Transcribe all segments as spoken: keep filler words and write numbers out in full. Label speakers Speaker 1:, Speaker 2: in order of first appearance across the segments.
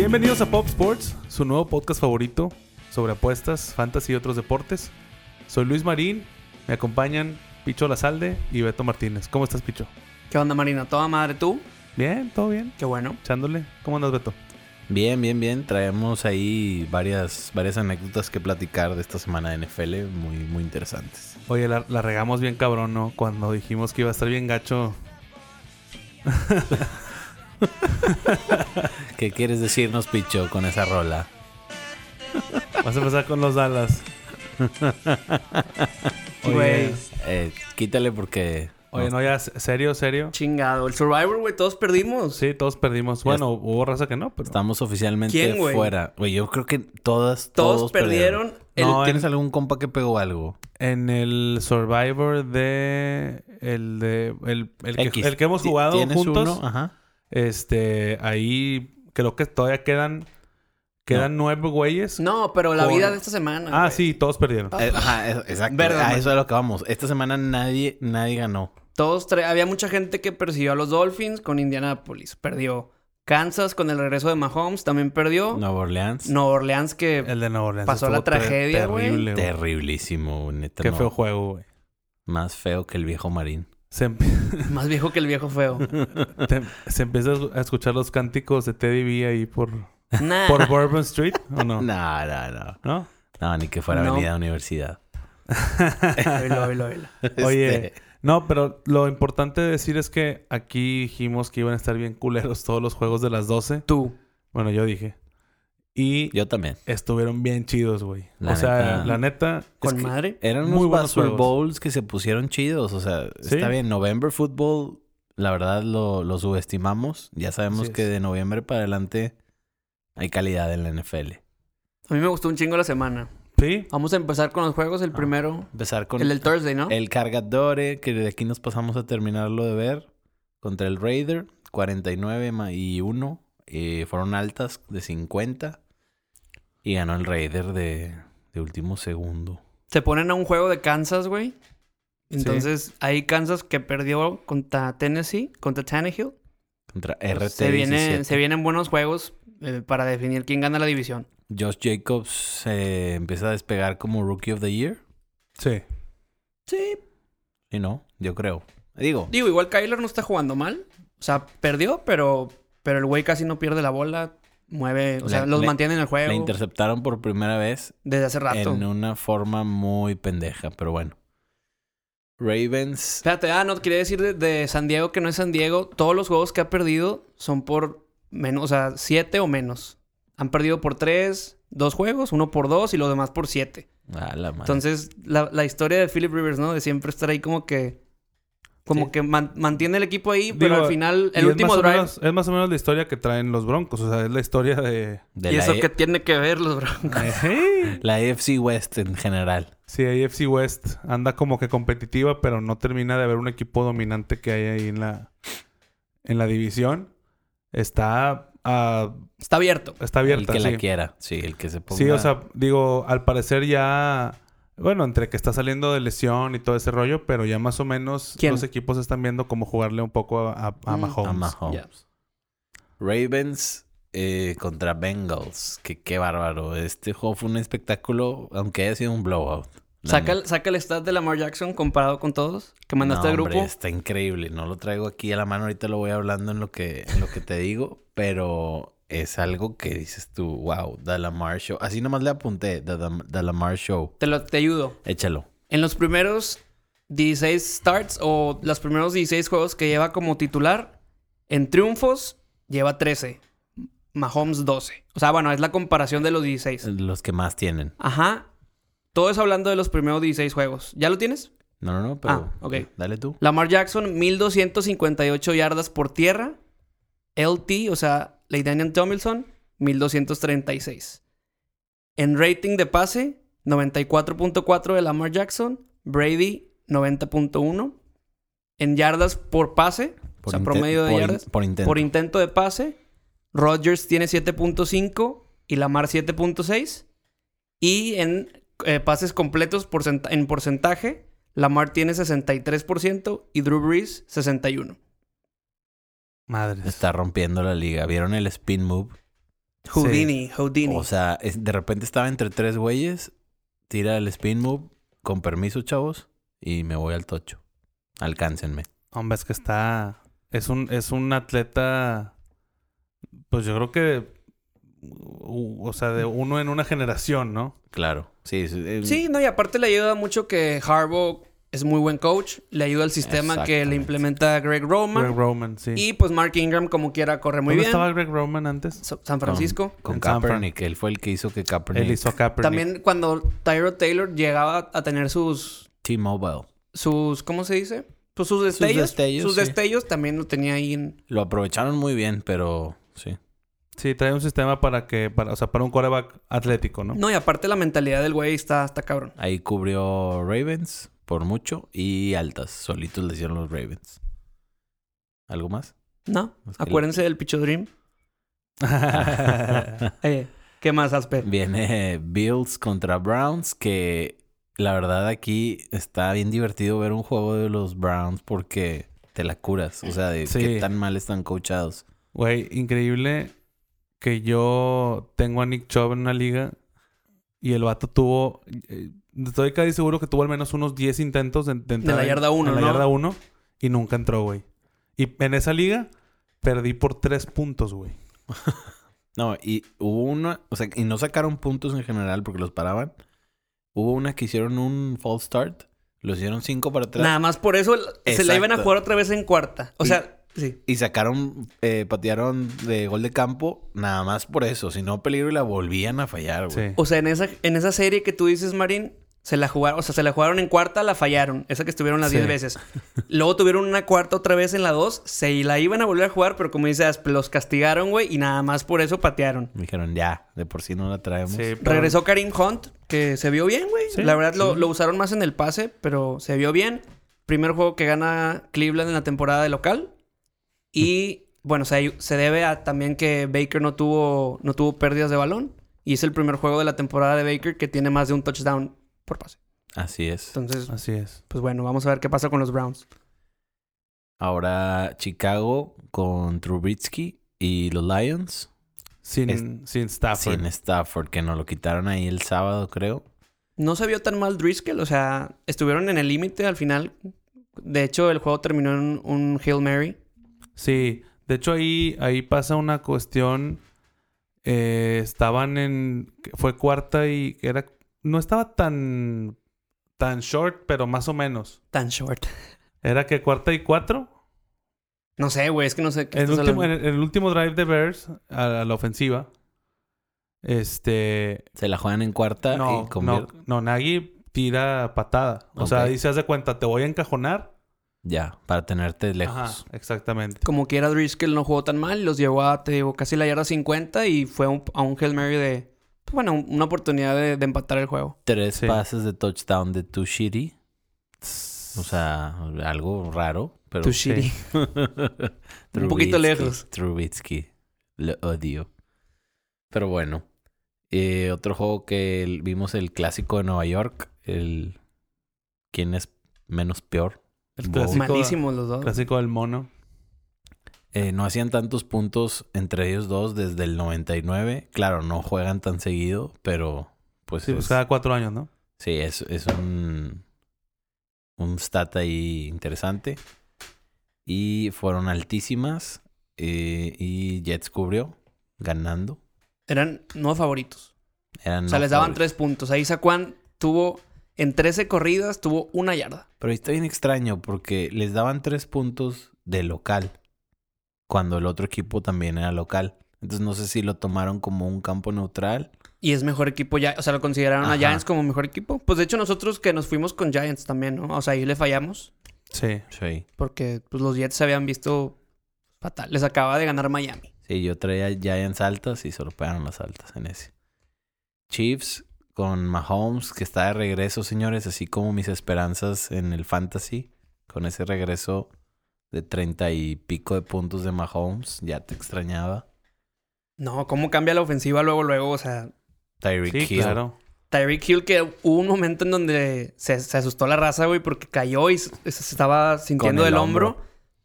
Speaker 1: Bienvenidos a Pop Sports, su nuevo podcast favorito sobre apuestas, fantasy y otros deportes. Soy Luis Marín, me acompañan Picho Lazalde y Beto Martínez. ¿Cómo estás, Picho?
Speaker 2: ¿Qué onda, Marina? ¿Toda madre tú?
Speaker 1: Bien, todo bien.
Speaker 2: Qué bueno.
Speaker 1: Echándole. ¿Cómo andas, Beto?
Speaker 3: Bien, bien, bien. Traemos ahí varias, varias anécdotas que platicar de esta semana de N F L muy, muy interesantes.
Speaker 1: Oye, la, la regamos bien cabrón, ¿no? Cuando dijimos que iba a estar bien gacho.
Speaker 3: ¿Qué quieres decirnos, Picho, con esa rola?
Speaker 1: Vas a empezar con los Dallas.
Speaker 2: Güey.
Speaker 3: Eh, quítale porque...
Speaker 1: Oye, no, ya, serio, serio.
Speaker 2: Chingado. El Survivor, güey, todos perdimos.
Speaker 1: Sí, todos perdimos. Bueno, hubo raza que no, pero...
Speaker 3: Estamos oficialmente
Speaker 2: ¿Quién, güey?
Speaker 3: fuera. Güey, yo creo que todas,
Speaker 2: Todos,
Speaker 3: todos
Speaker 2: perdieron. El...
Speaker 1: No,
Speaker 3: ¿Tienes en... algún compa que pegó algo?
Speaker 1: En el Survivor de... El de... El, el, que, el que hemos jugado
Speaker 3: ¿Tienes
Speaker 1: juntos.
Speaker 3: Uno? Ajá.
Speaker 1: Este... Ahí... Creo que todavía quedan... Quedan no. nueve güeyes.
Speaker 2: No, pero la
Speaker 1: con...
Speaker 2: vida de esta semana.
Speaker 1: Ah,
Speaker 2: güey.
Speaker 1: sí, todos perdieron.
Speaker 3: Eh, ajá, exacto.
Speaker 2: Verdad,
Speaker 3: a eso es a lo que vamos. Esta semana nadie, nadie ganó.
Speaker 2: Todos tra... Había mucha gente que persiguió a los Dolphins con Indianapolis. Perdió. Kansas con el regreso de Mahomes también perdió.
Speaker 3: Nueva Orleans.
Speaker 2: Nueva Orleans que...
Speaker 1: El de Nueva Orleans.
Speaker 2: Pasó la tragedia, güey.
Speaker 1: Terrible, güey.
Speaker 3: Terriblísimo, neta.
Speaker 1: Qué
Speaker 3: no.
Speaker 1: feo juego, güey.
Speaker 3: Más feo que el viejo Marín.
Speaker 1: Se, emp...
Speaker 2: Más viejo que el viejo feo.
Speaker 1: Te... Se empieza a escuchar los cánticos de Teddy B ahí por...
Speaker 2: Nah.
Speaker 1: ¿Por Bourbon Street o no?
Speaker 3: No, no, no.
Speaker 1: ¿No?
Speaker 3: No, ni que fuera
Speaker 2: No.
Speaker 3: Avenida Universidad.
Speaker 2: Oílo, oílo, oílo.
Speaker 1: Oye,
Speaker 3: Este...
Speaker 1: no, pero lo importante de decir es que aquí dijimos que iban a estar bien culeros todos los juegos de las doce.
Speaker 2: Tú.
Speaker 1: Bueno, yo dije. Y
Speaker 3: Yo también.
Speaker 1: estuvieron bien chidos, güey.
Speaker 3: La
Speaker 1: O sea,
Speaker 3: neta.
Speaker 1: la neta...
Speaker 2: Con
Speaker 3: Es que
Speaker 2: madre.
Speaker 3: Eran
Speaker 1: Muy
Speaker 3: unos
Speaker 1: buenos
Speaker 3: Super
Speaker 1: juegos.
Speaker 3: Bowls que se pusieron chidos. O sea,
Speaker 1: ¿Sí?
Speaker 3: está bien. November Football, la verdad, lo, lo subestimamos. Ya sabemos
Speaker 1: Así
Speaker 3: que
Speaker 1: es.
Speaker 3: de noviembre para adelante hay calidad en la N F L.
Speaker 2: A mí me gustó un chingo la semana.
Speaker 1: Sí.
Speaker 2: Vamos a empezar con los juegos. El primero...
Speaker 3: Empezar con
Speaker 2: El del Thursday, ¿no?
Speaker 3: el Cargadore, que de aquí nos pasamos a terminarlo de ver. Contra el Raider, cuarenta y nueve y uno. Eh, fueron altas de cincuenta. Y ganó el Raider de, de último segundo.
Speaker 2: Se ponen a un juego de Kansas, güey. Entonces, ahí Kansas que perdió contra Tennessee, contra Tannehill.
Speaker 3: Contra R T
Speaker 2: Se, viene,
Speaker 3: diecisiete.
Speaker 2: se vienen buenos juegos eh, para definir quién gana la división.
Speaker 3: Josh Jacobs se empieza a despegar como Rookie of the Year.
Speaker 1: Sí.
Speaker 2: Sí.
Speaker 3: ¿Y no? Yo creo. Digo,
Speaker 2: Digo, igual Kyler no está jugando mal. O sea, perdió, pero, pero el güey casi no pierde la bola. Mueve, o sea,
Speaker 3: Le-
Speaker 2: los
Speaker 3: le-
Speaker 2: mantiene en el juego
Speaker 3: le interceptaron por primera vez
Speaker 2: desde hace rato.
Speaker 3: en una forma muy pendeja, pero bueno. Ravens...
Speaker 2: Espérate, ah, no, quería decir de, de San Diego que no es San Diego. Todos los juegos que ha perdido son por menos, o sea, siete o menos. Han perdido por tres, dos juegos, uno por dos y los demás por siete.
Speaker 3: Ah, la madre.
Speaker 2: Entonces, la, la historia de Philip Rivers, ¿no? De siempre estar ahí como que... Como
Speaker 3: Sí.
Speaker 2: que man- mantiene el equipo ahí,
Speaker 1: Digo,
Speaker 2: pero al final,
Speaker 1: y
Speaker 2: el
Speaker 1: es
Speaker 2: último
Speaker 1: más o
Speaker 2: drive...
Speaker 1: menos- es más o menos la historia que traen los Broncos. O sea, es la historia de...
Speaker 3: De
Speaker 2: ¿Y
Speaker 3: la,
Speaker 2: eso
Speaker 3: A-
Speaker 2: qué tiene que ver los Broncos?
Speaker 1: Ejé.
Speaker 3: la A F C West en general.
Speaker 1: Sí, A F C West anda como que competitiva, pero no termina de haber un equipo dominante que hay ahí en la... En la división. Está... ah,
Speaker 2: Está abierto.
Speaker 1: está abierta,
Speaker 3: el que
Speaker 1: sí.
Speaker 3: la quiera. Sí, el que se ponga...
Speaker 1: Sí, o sea, digo, al parecer ya... Bueno, entre que está saliendo de lesión y todo ese rollo, pero ya más o menos
Speaker 2: ¿Quién?
Speaker 1: los equipos están viendo cómo jugarle un poco a, a
Speaker 2: Mm.
Speaker 1: Mahomes.
Speaker 3: a Mahomes.
Speaker 2: Ya.
Speaker 3: Ravens eh, contra Bengals. Que qué bárbaro. Este juego fue un espectáculo, aunque haya sido un blowout. La
Speaker 2: Saca,
Speaker 3: neta.
Speaker 2: el- saca el stat de Lamar Jackson comparado con todos que mandaste
Speaker 3: No,
Speaker 2: al
Speaker 3: hombre,
Speaker 2: grupo.
Speaker 3: está increíble. No lo traigo aquí a la mano. Ahorita lo voy hablando en lo que, en lo que te digo. Pero es algo que dices tú, wow, The Lamar Show. Así nomás le apunté, The, The, The Lamar Show.
Speaker 2: Te, lo, te ayudo.
Speaker 3: Échalo.
Speaker 2: En los primeros dieciséis starts o los primeros dieciséis juegos que lleva como titular, en triunfos lleva trece. Mahomes doce. O sea, bueno, es la comparación de los dieciséis.
Speaker 3: Los que más tienen.
Speaker 2: Ajá. Todo eso hablando de los primeros dieciséis juegos. ¿Ya lo tienes?
Speaker 3: No, no, no, pero...
Speaker 2: Ah, ok.
Speaker 3: Dale tú.
Speaker 2: Lamar Jackson, mil doscientos cincuenta y ocho yardas por tierra. L T, o sea, LaDainian Tomlinson, mil doscientos treinta y seis. En rating de pase, noventa y cuatro punto cuatro de Lamar Jackson. Brady, noventa punto uno. En yardas por pase,
Speaker 3: Por
Speaker 2: o sea,
Speaker 3: inte-
Speaker 2: promedio de
Speaker 3: por in-
Speaker 2: yardas.
Speaker 3: por intento.
Speaker 2: Por intento de pase, Rodgers tiene siete punto cinco y Lamar siete punto seis. Y en eh, pases completos porcenta- en porcentaje, Lamar tiene sesenta y tres por ciento y Drew Brees sesenta y uno por ciento.
Speaker 1: Madres.
Speaker 3: Está rompiendo la liga. ¿Vieron el spin move?
Speaker 2: Houdini, Houdini.
Speaker 3: O sea, es- de repente estaba entre tres güeyes, tira el spin move, con permiso, chavos, y me voy al tocho. Alcáncenme.
Speaker 1: Hombre, es que está... Es un, es un atleta... Pues yo creo que... u- O sea, de uno en una generación, ¿no?
Speaker 3: Claro. Sí, sí, eh,
Speaker 2: Sí, no, y aparte le ayuda mucho que Harbaugh es muy buen coach. Le ayuda al sistema que
Speaker 3: Exactamente.
Speaker 2: le implementa Greg Roman.
Speaker 1: Greg Roman, sí.
Speaker 2: Y pues Mark Ingram, como quiera, corre muy
Speaker 1: ¿Dónde
Speaker 2: bien.
Speaker 1: estaba Greg Roman antes?
Speaker 2: So- San Francisco.
Speaker 3: Con
Speaker 1: En San Fran.
Speaker 3: Kaepernick. Él fue el que hizo que Kaepernick...
Speaker 1: Él hizo a Kaepernick.
Speaker 2: También cuando Tyrod Taylor llegaba a tener sus...
Speaker 3: T-Mobile.
Speaker 2: sus ¿cómo se dice? Pues sus destellos. Sus
Speaker 3: destellos,
Speaker 2: destellos,
Speaker 3: sí.
Speaker 2: también lo tenía ahí en...
Speaker 3: Lo aprovecharon muy bien, pero sí.
Speaker 1: Sí, trae un sistema para que... Para, o sea, para un quarterback atlético, ¿no?
Speaker 2: No, y aparte la mentalidad del güey está, está cabrón.
Speaker 3: Ahí cubrió Ravens por mucho y altas. Solitos le hicieron los Ravens. ¿Algo más?
Speaker 2: ¿No?
Speaker 3: Es que
Speaker 2: Acuérdense del Picho Dream. Eh, ¿Qué más, Asper?
Speaker 3: Viene Bills contra Browns, que la verdad aquí está bien divertido ver un juego de los Browns porque te la curas. O sea, de
Speaker 1: Sí.
Speaker 3: qué tan mal están coachados.
Speaker 1: Güey, increíble que yo tengo a Nick Chubb en una liga y el vato tuvo... eh, Estoy casi seguro que tuvo al menos unos diez intentos de, de entrar
Speaker 2: la
Speaker 1: en-
Speaker 2: yarda uno,
Speaker 1: en la
Speaker 2: ¿no?
Speaker 1: yarda uno y nunca entró, güey. Y en esa liga perdí por tres puntos, güey.
Speaker 3: No, y hubo una... O sea, y no sacaron puntos en general porque los paraban. Hubo una que hicieron un false start. Los hicieron cinco para atrás.
Speaker 2: Nada más por eso se la iban a
Speaker 3: Exacto.
Speaker 2: jugar otra vez en cuarta. O
Speaker 3: Y-
Speaker 2: sea, sí.
Speaker 3: Y sacaron, eh, patearon de gol de campo nada más por eso. Si no, peligro y la volvían a fallar, güey.
Speaker 1: Sí.
Speaker 2: O sea, en esa, en esa serie que tú dices, Marín, se la jugaron, o sea, se la jugaron en cuarta, la fallaron. Esa que estuvieron las
Speaker 1: Sí.
Speaker 2: diez veces. Luego tuvieron una cuarta otra vez en la dos, se la iban a volver a jugar, pero como dices, los castigaron, güey, y nada más por eso patearon.
Speaker 3: Me dijeron, ya, de por sí no la traemos.
Speaker 1: Sí, pero-
Speaker 2: Regresó Kareem Hunt, que se vio bien, güey.
Speaker 1: Sí,
Speaker 2: la verdad lo,
Speaker 1: sí.
Speaker 2: lo usaron más en el pase, pero se vio bien. Primer juego que gana Cleveland en la temporada de local. Y bueno, se, se debe a también que Baker no tuvo, no tuvo pérdidas de balón. Y es el primer juego de la temporada de Baker que tiene más de un touchdown por pase.
Speaker 3: Así es.
Speaker 2: Entonces,
Speaker 1: Así es.
Speaker 2: pues bueno, vamos a ver qué pasa con los Browns.
Speaker 3: Ahora Chicago con Trubisky y los Lions.
Speaker 1: Sin,
Speaker 3: Es-
Speaker 1: sin Stafford.
Speaker 3: Sin Stafford, que nos lo quitaron ahí el sábado, creo.
Speaker 2: No se vio tan mal Driscoll, o sea, estuvieron en el límite al final. De hecho, el juego terminó en un Hail Mary.
Speaker 1: Sí. De hecho, ahí, ahí pasa una cuestión. Eh, estaban en... Fue cuarta y era... No estaba tan... Tan short, pero más o menos.
Speaker 2: Tan short.
Speaker 1: ¿Era que cuarta y cuatro?
Speaker 2: No sé, güey, es que no sé qué
Speaker 1: El
Speaker 2: estás
Speaker 1: último,
Speaker 2: hablando.
Speaker 1: el, el último drive de Bears a, a la ofensiva. Este...
Speaker 3: Se la juegan en cuarta
Speaker 1: No,
Speaker 3: y
Speaker 1: no,
Speaker 3: convier-
Speaker 1: no, Nagy tira patada. O sea,
Speaker 3: Ok.
Speaker 1: dice, haz de cuenta, te voy a encajonar.
Speaker 3: Ya, para tenerte lejos.
Speaker 1: Ajá, exactamente.
Speaker 2: Como quiera, Driscoll no jugó tan mal. Los llevó a, te digo, casi la yarda cincuenta y fue a un, a un Hail Mary de... pues, bueno, una oportunidad de, de empatar el juego.
Speaker 3: Tres
Speaker 1: Sí.
Speaker 3: pases de touchdown de Tushiri. O sea, algo raro, pero...
Speaker 2: Too shitty. Un poquito
Speaker 3: Trubisky,
Speaker 2: lejos.
Speaker 3: Trubisky. Lo odio. Pero bueno. Eh, otro juego que el- vimos, el clásico de Nueva York. El... ¿Quién es menos peor?
Speaker 1: El
Speaker 3: Bowl.
Speaker 1: clásico,
Speaker 2: Malísimos los dos.
Speaker 1: clásico del mono.
Speaker 3: Eh, no hacían tantos puntos entre ellos dos desde el noventa y nueve. Claro, no juegan tan seguido, pero pues,
Speaker 1: Sí,
Speaker 3: es,
Speaker 1: pues cada cuatro años, ¿no?
Speaker 3: sí, es, es un, un stat ahí interesante. Y fueron altísimas. eh, y Jets cubrió, ganando.
Speaker 2: Eran no favoritos.
Speaker 3: Eran
Speaker 2: O sea,
Speaker 3: no
Speaker 2: les daban
Speaker 3: favoritos.
Speaker 2: tres puntos. Ahí Saquon tuvo... En trece corridas tuvo una yarda.
Speaker 3: Pero está bien extraño porque les daban tres puntos de local. Cuando el otro equipo también era local. Entonces no sé si lo tomaron como un campo neutral.
Speaker 2: Y es mejor equipo ya. O sea, lo consideraron a
Speaker 3: Ajá.
Speaker 2: Giants como mejor equipo. Pues de hecho nosotros que nos fuimos con Giants también, ¿no? O sea, ahí le fallamos.
Speaker 1: Sí.
Speaker 3: Sí.
Speaker 2: Porque pues, los Jets se habían visto fatal. Les acaba de ganar Miami.
Speaker 3: Sí, yo traía Giants altas y solo pegaron las altas en ese. Chiefs con Mahomes, que está de regreso, señores, así como mis esperanzas en el fantasy. Con ese regreso de treinta y pico de puntos de Mahomes, ya te extrañaba.
Speaker 2: No, ¿cómo cambia la ofensiva luego, luego? O sea,
Speaker 3: Tyreek
Speaker 1: Sí,
Speaker 3: Hill.
Speaker 1: claro.
Speaker 2: Tyreek Hill, que hubo un momento en donde se, se asustó la raza, güey, porque cayó y se, se estaba sintiendo
Speaker 3: Con el
Speaker 2: del hombro.
Speaker 3: hombro.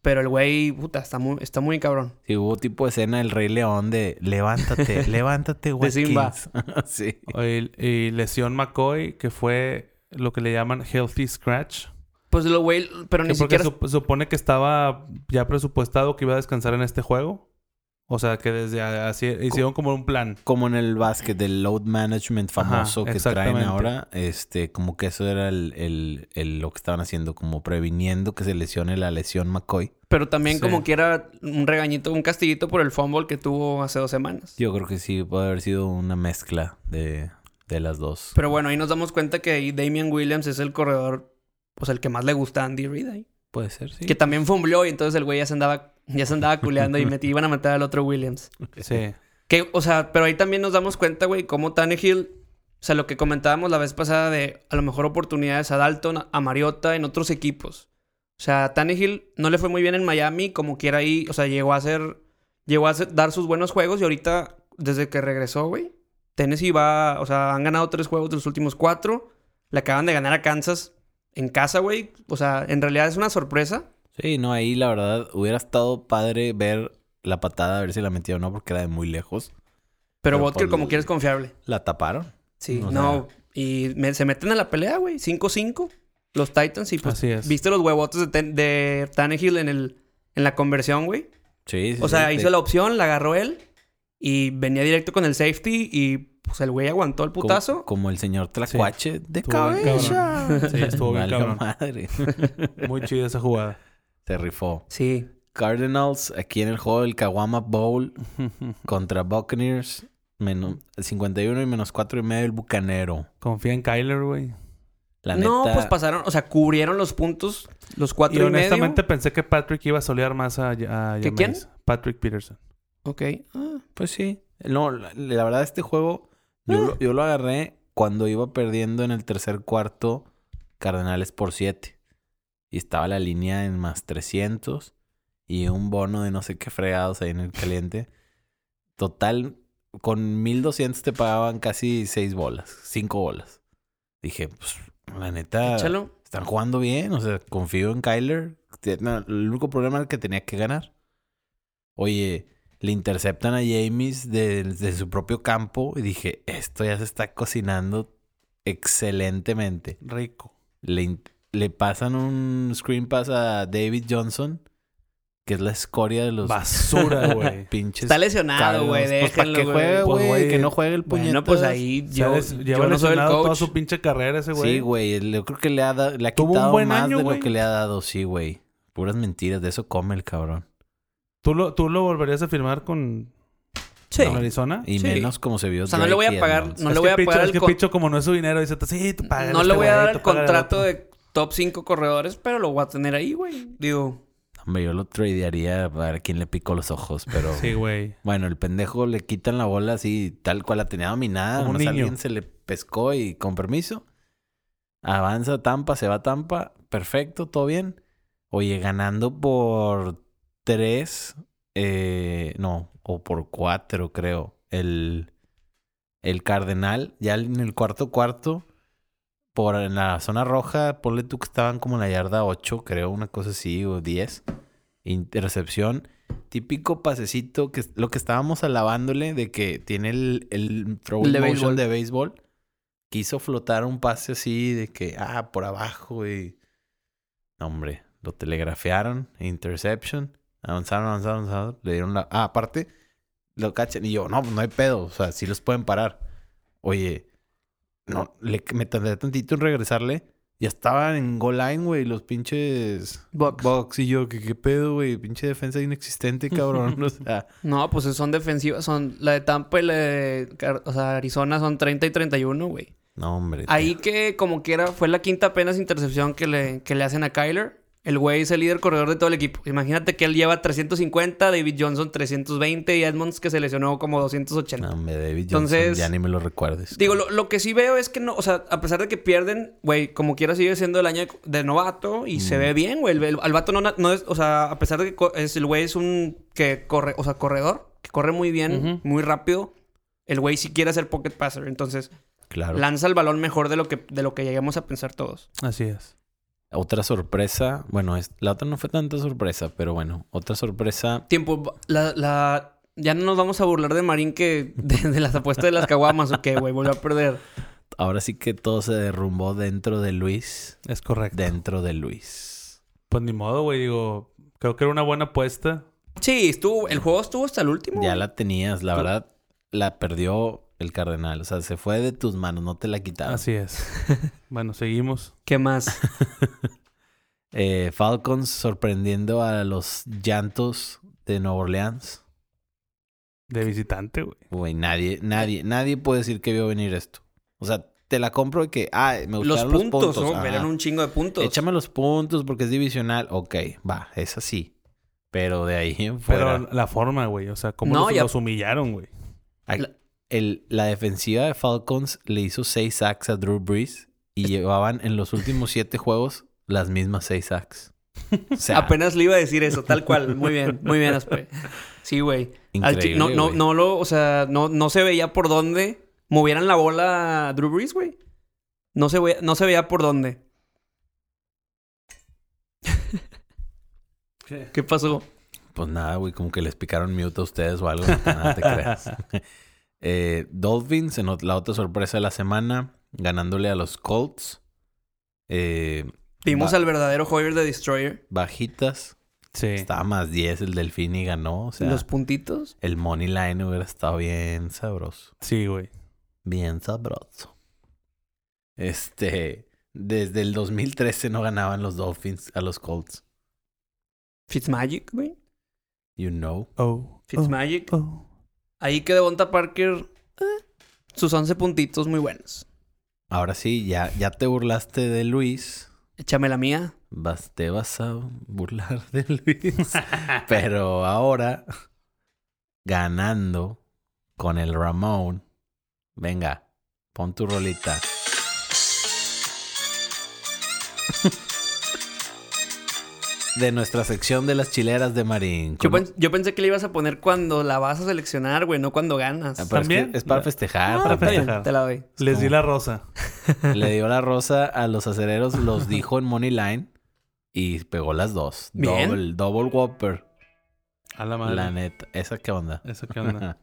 Speaker 2: Pero el güey, puta, está muy, está muy cabrón.
Speaker 3: Sí, hubo tipo escena del Rey León de levántate, levántate,
Speaker 2: De Simba.
Speaker 3: Watkins. Sí.
Speaker 1: Y, y lesión McCoy, que fue lo que le llaman healthy scratch.
Speaker 2: Pues lo güey, pero
Speaker 1: Que
Speaker 2: ni
Speaker 1: porque
Speaker 2: siquiera...
Speaker 1: sup- supone que estaba ya presupuestado que iba a descansar en este juego. O sea, que desde así hicieron como un plan.
Speaker 3: Como en el básquet del load management famoso
Speaker 1: Ajá,
Speaker 3: que traen
Speaker 1: exactamente.
Speaker 3: ahora, este, como que eso era el, el, el- lo que estaban haciendo, como previniendo que se lesione la lesión McCoy.
Speaker 2: Pero también
Speaker 1: Sí.
Speaker 2: como que era un regañito, un castiguito por el fumble que tuvo hace dos semanas.
Speaker 3: Yo creo que sí puede haber sido una mezcla de, de las dos.
Speaker 2: Pero bueno, ahí nos damos cuenta que ahí Damian Williams es el corredor, pues el que más le gusta a Andy Reid ahí.
Speaker 3: Puede ser, sí.
Speaker 2: Que también fumbleó y entonces el güey ya se andaba, ya se andaba culeando y metí, iban a meter al otro Williams.
Speaker 1: Sí.
Speaker 2: Que, o sea, pero ahí también nos damos cuenta, güey, cómo Tannehill, o sea, lo que comentábamos la vez pasada de a lo mejor oportunidades a Dalton, a Mariota en otros equipos. O sea, Tannehill no le fue muy bien en Miami, como quiera ahí, o sea, llegó a ser, llegó a ser- dar sus buenos juegos y ahorita, desde que regresó, güey, Tennessee va, o sea, han ganado tres juegos de los últimos cuatro, le acaban de ganar a Kansas en casa, güey, o sea, en realidad es una sorpresa.
Speaker 3: Sí, no, ahí la verdad hubiera estado padre ver la patada, a ver si la metió o no, porque era de muy lejos.
Speaker 2: Pero
Speaker 3: Pero
Speaker 2: Butker
Speaker 3: por
Speaker 2: como
Speaker 3: el-
Speaker 2: quiera es confiable.
Speaker 3: La taparon.
Speaker 2: Sí,
Speaker 3: O
Speaker 2: no, y me- se meten a la pelea, güey, cinco cinco. Los Titans y pues
Speaker 1: Así es.
Speaker 2: viste los huevotes de, Ten- de Tannehill en el en la conversión, güey.
Speaker 3: Sí, sí.
Speaker 2: O sea,
Speaker 3: sí,
Speaker 2: hizo
Speaker 3: de-
Speaker 2: la opción, la agarró él y venía directo con el safety y pues el güey aguantó el
Speaker 3: como-
Speaker 2: putazo.
Speaker 3: Como, el señor Tlacuache de
Speaker 1: Estuvo bien
Speaker 3: cabeza.
Speaker 1: cabrón. Sí, estuvo bien
Speaker 3: Valga
Speaker 1: cabrón.
Speaker 3: madre.
Speaker 1: Muy chida esa jugada.
Speaker 3: Se rifó.
Speaker 2: Sí.
Speaker 3: Cardinals, aquí en el juego del Kawama Bowl contra Buccaneers. Menos cincuenta y uno y menos cuatro y medio el Bucanero.
Speaker 1: Confía en Kyler, güey.
Speaker 3: La
Speaker 2: No,
Speaker 3: neta,
Speaker 2: pues pasaron, o sea, cubrieron los puntos, los cuatro
Speaker 1: Y
Speaker 2: y,
Speaker 1: honestamente
Speaker 2: medio.
Speaker 1: pensé que Patrick iba a solear más a, a
Speaker 2: ¿Que
Speaker 1: Jameis.
Speaker 2: quién?
Speaker 1: Patrick Peterson.
Speaker 2: Ok. Ah,
Speaker 3: pues sí. No, la, la verdad este juego yo,
Speaker 2: Ah.
Speaker 3: lo, yo lo agarré cuando iba perdiendo en el tercer cuarto Cardenales por siete. Y estaba la línea en más trescientos y un bono de no sé qué fregados ahí en el caliente. Total, con mil doscientos te pagaban casi seis bolas, cinco bolas. Dije, pues, la neta,
Speaker 2: échalo.
Speaker 3: están jugando bien. O sea, confío en Kyler. Te- no, el único problema era que tenía que ganar. Oye, le interceptan a James de, de su propio campo. Y dije, esto ya se está cocinando excelentemente.
Speaker 1: Rico.
Speaker 3: Le, in- le pasan un screen pass a David Johnson, que es la escoria de los
Speaker 1: Basura, güey.
Speaker 3: pinches.
Speaker 2: Está lesionado, güey.
Speaker 3: Cardinals. Pues, ¿para
Speaker 2: Déjenlo,
Speaker 3: qué juegue,
Speaker 2: güey.
Speaker 1: Pues,
Speaker 3: güey?
Speaker 1: güey,
Speaker 3: Que no juegue el puñetazo.
Speaker 2: Bueno, pues ahí
Speaker 1: Yo,
Speaker 2: yo,
Speaker 1: les,
Speaker 2: yo
Speaker 1: lleva
Speaker 2: no soy el
Speaker 1: lesionado toda
Speaker 2: coach.
Speaker 1: su pinche carrera ese güey.
Speaker 3: Sí, güey. Yo creo que le ha, da- le ha
Speaker 1: Tuvo un
Speaker 3: quitado
Speaker 1: buen
Speaker 3: más
Speaker 1: año,
Speaker 3: de
Speaker 1: güey.
Speaker 3: lo que le ha dado. Sí, güey. Puras mentiras. De eso come el cabrón.
Speaker 1: ¿Tú lo, ¿Tú lo volverías a firmar con,
Speaker 2: Sí.
Speaker 1: con Arizona?
Speaker 3: Y
Speaker 2: Sí.
Speaker 3: menos como se vio.
Speaker 2: O sea, no le voy a
Speaker 3: Drake y
Speaker 2: pagar-
Speaker 3: Edmonds.
Speaker 2: no
Speaker 1: es
Speaker 2: le
Speaker 1: que
Speaker 2: voy a
Speaker 1: Picho,
Speaker 2: pagar
Speaker 1: es
Speaker 2: el
Speaker 1: que
Speaker 2: con-
Speaker 1: Picho, como no es su dinero, dice, sí, tú pagas.
Speaker 2: No le voy a dar el contrato de top cinco corredores, pero lo voy a tener ahí, güey. Digo,
Speaker 3: Hombre, yo lo tradearía para quien le picó los ojos, pero...
Speaker 1: Sí, güey.
Speaker 3: Bueno, el pendejo le quitan la bola así, tal cual la tenía dominada.
Speaker 1: Como un
Speaker 3: Nomás
Speaker 1: niño.
Speaker 3: alguien se le pescó y con permiso. Avanza Tampa, se va Tampa. Perfecto, todo bien. Oye, ganando por tres... Eh, no, o por cuatro, creo. El, el Cardenal, ya en el cuarto cuarto, por en la zona roja, ponle tú que estaban como en la yarda ocho, creo, una cosa así, o diez. Intercepción. Típico pasecito, que es lo que estábamos alabándole de que tiene el, el throw
Speaker 2: El de
Speaker 3: motion
Speaker 2: béisbol.
Speaker 3: de béisbol. Quiso flotar un pase así de que, ah, por abajo y... No, hombre, lo telegrafiaron, interception. Avanzaron, avanzaron, avanzaron. Le dieron la... Ah, aparte, lo cachan. Y yo, no, pues no hay pedo. O sea, sí los pueden parar. Oye, no, le, me tardé tantito en regresarle. Ya estaban en goal line, güey, los pinches...
Speaker 2: Bucks.
Speaker 3: Bucks. Y yo, ¿qué, qué pedo, güey? Pinche defensa inexistente, cabrón. O sea,
Speaker 2: no, pues son defensivas. Son la de Tampa y la de Car- o sea, Arizona son treinta y treinta y uno, güey.
Speaker 3: no, hombre.
Speaker 2: Ahí que como quiera fue la quinta apenas intercepción que le, que le hacen a Kyler. El güey es el líder corredor de todo el equipo. Imagínate que él lleva trescientos cincuenta, David Johnson trescientos veinte y Edmonds que se lesionó como doscientos ochenta.
Speaker 3: No, hombre, David Johnson,
Speaker 2: Entonces,
Speaker 3: ya ni me lo recuerdes.
Speaker 2: Digo, lo, lo que sí veo es que no, o sea, a pesar de que pierden, güey, como quiera sigue siendo el año de, de novato y
Speaker 3: Mm.
Speaker 2: se ve bien, güey. El, el, el vato no, na- no es, o sea, a pesar de que co- es, el güey es un que corre, o sea, corredor, que corre muy bien,
Speaker 1: Ujú.
Speaker 2: muy rápido. El güey sí quiere ser pocket passer, entonces
Speaker 3: Claro.
Speaker 2: lanza el balón mejor de lo que, de lo que lleguemos a pensar todos.
Speaker 1: Así es.
Speaker 3: Otra sorpresa, bueno, es, la otra no fue tanta sorpresa, pero bueno, otra sorpresa.
Speaker 2: Tiempo, la, la... Ya no nos vamos a burlar de Marín que... De, de las apuestas de las caguamas, ¿o qué, güey? Volvió a perder.
Speaker 3: Ahora sí que todo se derrumbó dentro de Luis.
Speaker 1: Es correcto.
Speaker 3: Dentro de Luis.
Speaker 1: Pues ni modo, güey. Digo, creo que era una buena apuesta.
Speaker 2: Sí, estuvo... El juego estuvo hasta el último.
Speaker 3: Ya
Speaker 2: güey.
Speaker 3: la tenías, la verdad, la perdió el Cardenal. O sea, se fue de tus manos, no te la quitaron.
Speaker 1: Así es. Bueno, seguimos.
Speaker 2: ¿Qué más?
Speaker 3: eh, Falcons sorprendiendo a los Llantos de Nueva Orleans.
Speaker 1: De visitante, güey.
Speaker 3: Güey, nadie, nadie, nadie puede decir que vio venir esto. O sea, te la compro de que, ah, me
Speaker 2: Los
Speaker 3: gustaron
Speaker 2: puntos,
Speaker 3: los puntos.
Speaker 2: ¿no?
Speaker 3: Ajá.
Speaker 2: Eran un chingo de puntos.
Speaker 3: Échame los puntos porque es divisional. Ok, va, es así. Pero de ahí en fuera...
Speaker 1: Pero la forma, güey. O sea, cómo
Speaker 2: No,
Speaker 1: los,
Speaker 2: ya-
Speaker 1: los humillaron, güey.
Speaker 3: Ay,
Speaker 2: La-
Speaker 3: el, la defensiva de Falcons le hizo seis sacks a Drew Brees y llevaban en los últimos siete juegos las mismas seis sacks. O sea,
Speaker 2: Apenas le iba a decir eso, tal cual. Muy bien, muy bien, Aspe. Sí, güey. Al chi-
Speaker 3: increíble,
Speaker 2: No, no,
Speaker 3: güey.
Speaker 2: no lo... O sea, no, no se veía por dónde movieran la bola a Drew Brees, güey. No se, veía, no se veía por dónde.
Speaker 1: ¿Qué?
Speaker 2: ¿Qué pasó?
Speaker 3: Pues nada, güey, como que les picaron mute a ustedes o algo. Nada te creas. eh, Dolphins, en ot- la otra sorpresa de la semana, ganándole a los Colts. Eh,
Speaker 2: Vimos
Speaker 3: ba-
Speaker 2: al verdadero Hoyer de Destroyer.
Speaker 3: bajitas.
Speaker 1: Sí.
Speaker 3: Estaba más diez el Delfín y ganó. O sea,
Speaker 2: Los puntitos.
Speaker 3: el money line hubiera estado bien sabroso.
Speaker 1: Sí, güey.
Speaker 3: Bien sabroso. Este... Desde el dos mil trece no ganaban los Dolphins a los Colts.
Speaker 2: Fitzmagic, güey.
Speaker 3: You know.
Speaker 1: Oh.
Speaker 2: Fitzmagic.
Speaker 1: Oh, oh.
Speaker 2: Ahí que Devonta Parker... eh, sus once puntitos muy buenos.
Speaker 3: Ahora sí, ya, ya te burlaste de Luis.
Speaker 2: Échame la mía.
Speaker 3: Vas, te vas a burlar de Luis. Pero ahora, ganando con el Ramón. Venga, pon tu rolita. De nuestra sección de las chileras de Marín.
Speaker 2: Yo,
Speaker 3: Con-
Speaker 2: pen- yo pensé que le ibas a poner cuando la vas a seleccionar, güey, no cuando ganas.
Speaker 3: Ah, pero es que
Speaker 1: ¿También?
Speaker 3: Es, para festejar.
Speaker 2: Ah,
Speaker 3: para
Speaker 2: está bien,
Speaker 1: festejar.
Speaker 2: te la doy.
Speaker 1: Les di
Speaker 3: como-
Speaker 1: la rosa.
Speaker 3: Le dio la rosa a los acereros, los dijo en Money Line y pegó las dos.
Speaker 2: Bien.
Speaker 3: Double, double Whopper.
Speaker 1: A la madre.
Speaker 3: La neta. ¿Esa qué onda?
Speaker 1: ¿Eso qué onda?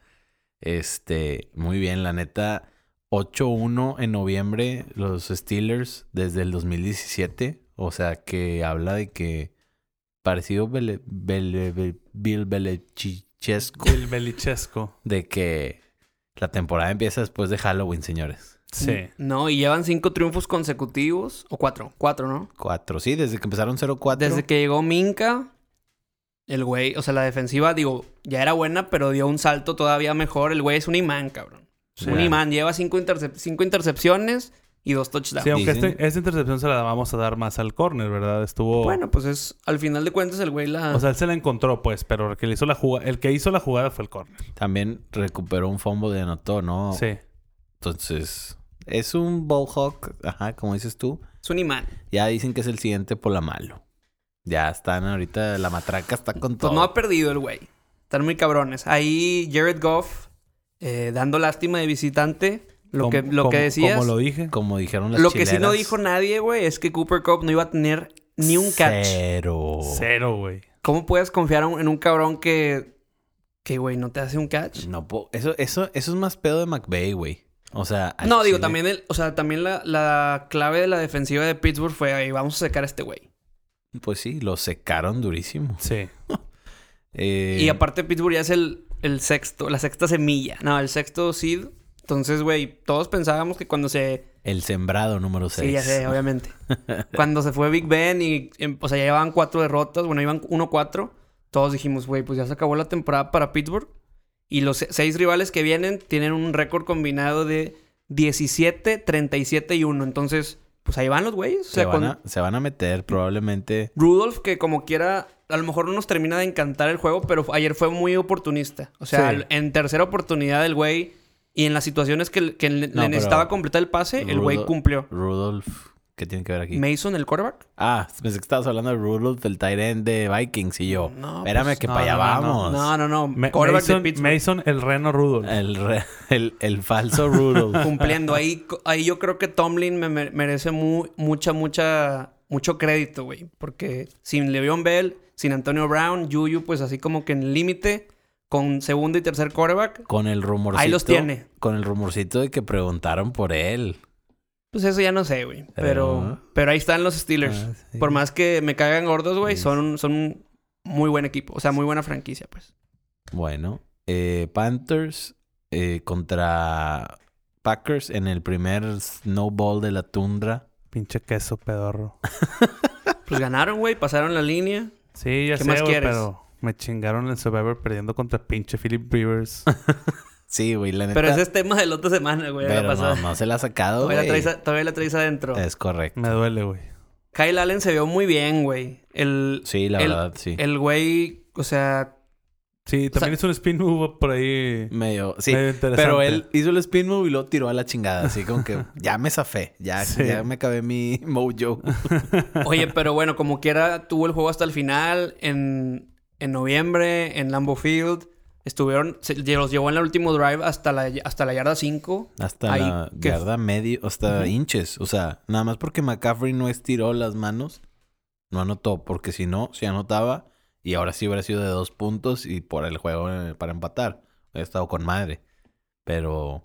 Speaker 3: este, muy bien, la neta. ocho uno en noviembre los Steelers desde el dos mil diecisiete. O sea, que habla de que parecido Bele, Bele- Be- Bill Belichichesco
Speaker 1: El Belichesco.
Speaker 3: de que la temporada empieza después de Halloween, señores.
Speaker 1: Sí.
Speaker 2: No, y llevan cinco triunfos consecutivos. O cuatro. Cuatro, ¿no?
Speaker 3: Cuatro, sí, desde que empezaron cero cuatro.
Speaker 2: Desde que llegó Minka, el güey... O sea, la defensiva, digo, ya era buena, pero dio un salto todavía mejor. El güey es un imán, cabrón.
Speaker 1: Sí.
Speaker 2: Un imán. Lleva cinco, intercep- cinco intercepciones y dos touchdowns.
Speaker 1: Sí, aunque
Speaker 3: Dicen-
Speaker 1: este- esta intercepción se la vamos a dar más al corner, ¿verdad? Estuvo...
Speaker 2: Bueno, pues es... Al final de cuentas, el güey la...
Speaker 1: O sea, él se la encontró, pues, pero el que, le hizo la jugada, el que hizo la jugada fue el corner.
Speaker 3: También recuperó un fumble de anotó, ¿no?
Speaker 1: Sí.
Speaker 3: Entonces, es un ball hawk, ajá, como dices tú.
Speaker 2: es un imán.
Speaker 3: Ya dicen que es el siguiente por la malo. Ya están ahorita, la matraca está con todo.
Speaker 2: Pues no ha perdido el güey. Están muy cabrones. Ahí Jared Goff, eh, dando lástima de visitante. Lo
Speaker 1: Como-
Speaker 2: que, lo
Speaker 1: como-
Speaker 2: que decías...
Speaker 1: Como lo dije.
Speaker 3: Como dijeron las
Speaker 2: Lo que sí no
Speaker 3: chileras,
Speaker 2: dijo nadie, güey, es que Cooper Kupp no iba a tener ni un catch.
Speaker 3: Cero.
Speaker 1: Cero, güey.
Speaker 2: ¿Cómo puedes confiar en un cabrón que... Que, güey, no te hace un catch?
Speaker 3: No puedo- Eso, eso, eso es más pedo de McVay, güey. O sea, al
Speaker 2: No, digo,
Speaker 3: chile-
Speaker 2: también el... O sea, también la, la clave de la defensiva de Pittsburgh fue... Ahí vamos a secar a este güey.
Speaker 3: Pues sí, lo secaron durísimo.
Speaker 1: Sí.
Speaker 3: Eh,
Speaker 2: Y aparte Pittsburgh ya es el, el sexto... La sexta semilla. No, el sexto seed. Entonces, güey, todos pensábamos que cuando se...
Speaker 3: el sembrado número seis.
Speaker 2: Sí, ya sé, obviamente. Cuando se fue Big Ben y... em, o sea, ya llevaban cuatro derrotas. Bueno, iban uno cuatro. Todos dijimos, güey, pues ya se acabó la temporada para Pittsburgh. Y los se- seis rivales que vienen tienen un récord combinado de diecisiete, treinta y siete y uno. Entonces, pues ahí van los güeyes. O
Speaker 3: Se,
Speaker 2: sea,
Speaker 3: van
Speaker 2: con
Speaker 3: a, se van a meter probablemente...
Speaker 2: Rudolph, que como quiera... A lo mejor no nos termina de encantar el juego, pero ayer fue muy oportunista. O sea,
Speaker 1: Sí.
Speaker 2: en tercera oportunidad el güey... Y en las situaciones que, que le,
Speaker 3: No,
Speaker 2: le necesitaba
Speaker 3: pero
Speaker 2: completar el pase, el güey
Speaker 3: Rudolph-
Speaker 2: cumplió.
Speaker 3: Rudolph, ¿qué tiene que ver aquí?
Speaker 2: Mason, el quarterback.
Speaker 3: Ah, pensé que estabas hablando de Rudolph, el tight end de Vikings. Y yo,
Speaker 2: No,
Speaker 3: espérame
Speaker 2: pues,
Speaker 3: que
Speaker 1: no,
Speaker 3: para allá
Speaker 1: no, no, no.
Speaker 3: vamos.
Speaker 2: No, no, no.
Speaker 1: Ma-
Speaker 2: quarterback de
Speaker 1: Mason,
Speaker 2: Pittsburgh.
Speaker 1: Mason, el Reno Rudolph.
Speaker 3: El, re- el, el falso Rudolph.
Speaker 2: Cumpliendo. Ahí, ahí yo creo que Tomlin me me- merece mu- mucha, mucha mucho crédito, güey. Porque sin Le'Veon Bell, sin Antonio Brown, Juju, pues así como que en el límite, con segundo y tercer quarterback.
Speaker 3: Con el rumorcito.
Speaker 2: Ahí los tiene.
Speaker 3: Con el rumorcito de que preguntaron por él.
Speaker 2: Pues eso ya no sé, güey. Pero,
Speaker 3: Pero...
Speaker 2: pero ahí están los Steelers.
Speaker 3: Ah, sí.
Speaker 2: Por más que me caigan gordos, güey,
Speaker 3: Sí.
Speaker 2: son, son un muy buen equipo. O sea, muy buena franquicia, pues.
Speaker 3: Bueno, eh, Panthers eh, contra Packers en el primer snowball de la tundra.
Speaker 1: Pinche queso pedorro.
Speaker 2: Pues ganaron, güey. Pasaron la línea.
Speaker 1: Sí, ya
Speaker 2: ¿Qué
Speaker 1: sé,
Speaker 2: más
Speaker 1: güey,
Speaker 2: quieres?
Speaker 1: pero me chingaron el Survivor perdiendo contra pinche Philip Rivers.
Speaker 3: Sí, güey, la neta.
Speaker 2: Pero ese es tema de la otra semana, güey. de la
Speaker 3: Pero no,
Speaker 2: pasada.
Speaker 3: no se la ha sacado,
Speaker 2: Todavía, la
Speaker 3: güey.
Speaker 2: traes, a- todavía la traes adentro.
Speaker 3: Es correcto.
Speaker 1: Me duele, güey.
Speaker 2: Kyle Allen se vio muy bien, güey. El,
Speaker 3: Sí, la
Speaker 2: el,
Speaker 3: verdad, sí.
Speaker 2: el güey, o sea...
Speaker 1: Sí, también hizo un spin move por ahí.
Speaker 3: Medio, sí.
Speaker 1: medio interesante.
Speaker 3: Pero él hizo el spin move y lo tiró a la chingada. Así como que ya me zafé. Ya,
Speaker 1: Sí.
Speaker 3: ya me acabé mi mojo.
Speaker 2: Oye, pero bueno, como quiera, tuvo el juego hasta el final. En, en noviembre, en Lambeau Field. Estuvieron... Se, los llevó en el último drive hasta la, hasta la yarda cinco.
Speaker 3: Hasta
Speaker 2: Ahí,
Speaker 3: la
Speaker 2: que-
Speaker 3: yarda medio, hasta
Speaker 2: Ujú.
Speaker 3: inches. O sea, nada más porque McCaffrey no estiró las manos, no anotó. Porque si no, se anotaba. Y ahora sí hubiera sido de dos puntos y por el juego eh, para empatar. Hubiera estado con madre. Pero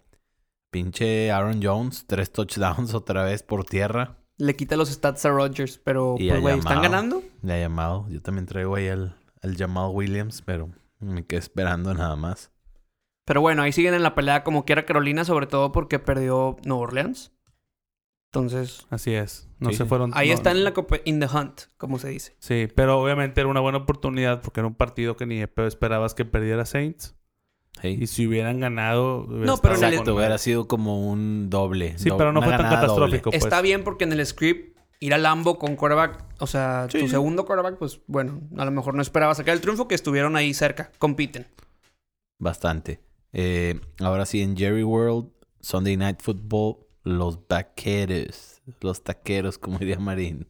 Speaker 3: pinche Aaron Jones, tres touchdowns otra vez por tierra.
Speaker 2: Le quita los stats a Rodgers. Pero,
Speaker 3: Y
Speaker 2: pues,
Speaker 3: a
Speaker 2: güey, ¿están
Speaker 3: Jamal.
Speaker 2: ganando?
Speaker 3: Le ha llamado. Yo también traigo ahí al, al Jamal Williams, pero me quedé esperando nada más.
Speaker 2: Pero bueno, ahí siguen en la pelea como quiera Carolina. Sobre todo porque perdió Nueva Orleans. Entonces...
Speaker 1: Así es. No
Speaker 3: Sí,
Speaker 1: se
Speaker 3: sí.
Speaker 1: fueron...
Speaker 2: Ahí
Speaker 1: no-
Speaker 2: están en la compe- in the hunt, como se dice.
Speaker 1: Sí, pero obviamente era una buena oportunidad porque era un partido que ni de pedo esperabas que perdiera Saints.
Speaker 3: Sí.
Speaker 1: Y si hubieran ganado... hubiera
Speaker 2: No, pero en
Speaker 1: estado
Speaker 2: el-
Speaker 3: Exacto,
Speaker 1: con
Speaker 3: hubiera
Speaker 1: madre.
Speaker 3: sido como un doble.
Speaker 1: Sí,
Speaker 3: do-
Speaker 1: pero no
Speaker 3: una
Speaker 1: fue tan
Speaker 3: ganada
Speaker 1: catastrófico.
Speaker 3: doble.
Speaker 1: pues.
Speaker 2: Está bien porque en el script ir a Lambo con quarterback, o sea,
Speaker 3: Sí,
Speaker 2: tu
Speaker 3: sí.
Speaker 2: segundo quarterback, pues bueno, a lo mejor no esperaba sacar el triunfo, que estuvieron ahí cerca, compiten.
Speaker 3: Bastante. Eh, ahora sí, en Jerry World, Sunday Night Football, los vaqueros. Los taqueros, como diría Marín.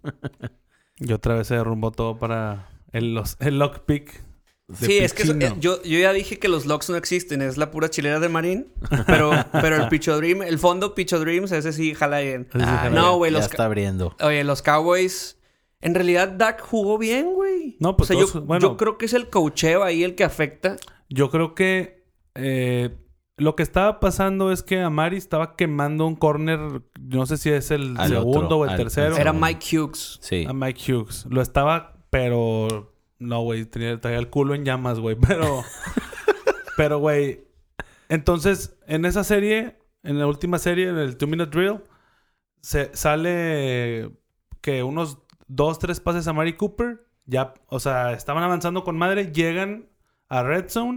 Speaker 1: Y otra vez se derrumbó todo para el, los, el lockpick. de
Speaker 2: Sí, es que eso-
Speaker 1: Pichino.
Speaker 2: eh, yo, yo ya dije que los locks no existen, es la pura chilera de Marín, pero, pero el Picho Dream, el fondo Picho Dreams, ese sí jala bien.
Speaker 1: Ese sí
Speaker 3: Ah,
Speaker 1: jala
Speaker 2: no,
Speaker 3: ya-
Speaker 2: güey,
Speaker 3: ya
Speaker 2: los
Speaker 3: está abriendo.
Speaker 2: Oye, los Cowboys, en realidad Dak jugó bien, güey.
Speaker 1: No, pues
Speaker 2: o sea, yo,
Speaker 1: todos- bueno.
Speaker 2: yo creo que es el coacheo ahí el que afecta.
Speaker 1: Yo creo que eh, lo que estaba pasando es que Amari estaba quemando un corner, no sé si es el
Speaker 3: Al
Speaker 1: segundo
Speaker 3: otro,
Speaker 1: o el
Speaker 3: al-
Speaker 1: tercero.
Speaker 3: al
Speaker 2: Era
Speaker 3: segundo.
Speaker 2: Mike Hughes.
Speaker 3: Sí.
Speaker 1: A Mike Hughes. Lo estaba, pero... No, güey. Tenía, traía el culo en llamas, güey. Pero... pero, güey... Entonces, en esa serie... En la última serie, en el Two Minute Drill... Se sale... Que unos dos, tres pases a Mari Cooper. Ya... O sea, estaban avanzando con madre. Llegan a Red Zone.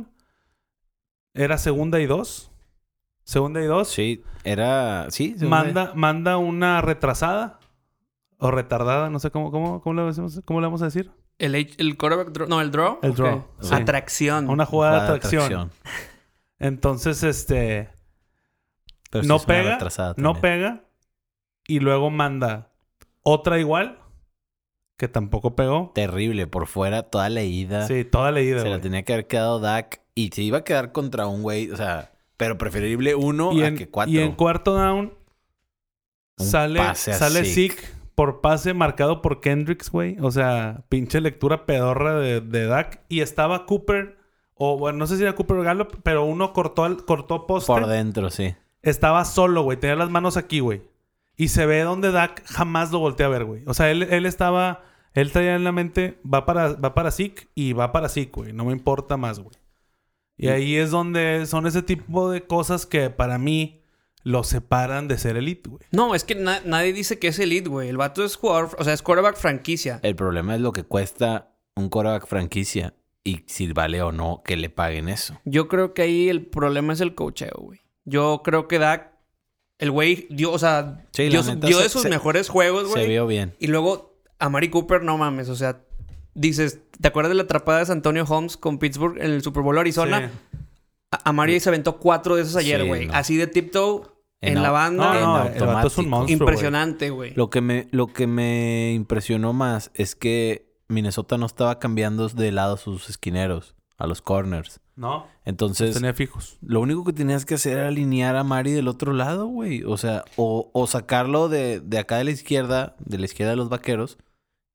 Speaker 1: Era segunda y dos. Segunda y dos.
Speaker 3: Sí, era... Sí, segunda-
Speaker 1: Manda, manda una retrasada. O retardada. No sé cómo, cómo, cómo, le, decimos- cómo le vamos a decir.
Speaker 2: El, H- el quarterback draw. No, el draw.
Speaker 1: El
Speaker 2: Ok.
Speaker 1: draw, sí.
Speaker 2: Atracción.
Speaker 1: Una jugada,
Speaker 3: jugada
Speaker 1: de atracción. Entonces, este...
Speaker 3: Pero sí
Speaker 1: no
Speaker 3: es una
Speaker 1: pega.
Speaker 3: retrasada
Speaker 1: No
Speaker 3: también.
Speaker 1: pega. Y luego manda otra igual. Que tampoco pegó.
Speaker 3: Terrible. Por fuera, toda leída.
Speaker 1: Sí, toda leída,
Speaker 3: Se la
Speaker 1: güey.
Speaker 3: tenía que haber quedado Dak. Y se iba a quedar contra un güey. O sea, pero preferible uno
Speaker 1: Y
Speaker 3: a
Speaker 1: en,
Speaker 3: que cuatro.
Speaker 1: y en cuarto down...
Speaker 3: Un
Speaker 1: Sale,
Speaker 3: pase a
Speaker 1: sale
Speaker 3: Zeke.
Speaker 1: Zeke por pase marcado por Kendricks, güey. O sea, pinche lectura pedorra de, de Dak. Y estaba Cooper... O bueno, no sé si era Cooper o Gallup. Pero uno cortó, al, cortó poste.
Speaker 3: Por dentro, sí.
Speaker 1: Estaba solo, güey. Tenía las manos aquí, güey. Y se ve donde Dak jamás lo voltea a ver, güey. O sea, él, él estaba... Él traía en la mente... Va para, va para Zeke y va para Zeke, güey. No me importa más, güey. Y ahí es donde son ese tipo de cosas que para mí lo separan de ser elite, güey.
Speaker 2: No, es que na- nadie dice que es elite, güey. El vato es jugador... O sea, es quarterback franquicia.
Speaker 3: El problema es lo que cuesta un quarterback franquicia. Y si vale o no que le paguen eso.
Speaker 2: Yo creo que ahí el problema es el coacheo, güey. Yo creo que Dak... El güey dio... O sea...
Speaker 3: Sí, la
Speaker 2: dio,
Speaker 3: neta
Speaker 2: dio
Speaker 3: se-
Speaker 2: de sus
Speaker 3: se-
Speaker 2: mejores juegos,
Speaker 3: Se
Speaker 2: güey.
Speaker 3: vio bien.
Speaker 2: Y luego... A Mari Cooper, no mames. O sea... Dices... ¿Te acuerdas de la atrapada de San Antonio Holmes con Pittsburgh en el Super Bowl Arizona?
Speaker 1: Sí.
Speaker 2: A, a Mari se aventó cuatro de esos ayer,
Speaker 3: Sí,
Speaker 2: güey.
Speaker 3: no.
Speaker 2: Así de tiptoe en,
Speaker 3: En
Speaker 2: la
Speaker 3: au-
Speaker 2: banda.
Speaker 1: No, no,
Speaker 3: en
Speaker 1: el vato es un
Speaker 3: automático.
Speaker 1: monstruo,
Speaker 2: Impresionante, güey.
Speaker 3: Lo que me, lo que me impresionó más es que Minnesota no estaba cambiando de lado sus esquineros a los corners.
Speaker 1: No,
Speaker 3: Entonces,
Speaker 1: tenía fijos.
Speaker 3: lo único que tenías que hacer era alinear a Mari del otro lado, güey. O sea, o, o sacarlo de, de acá de la izquierda, de la izquierda de los vaqueros,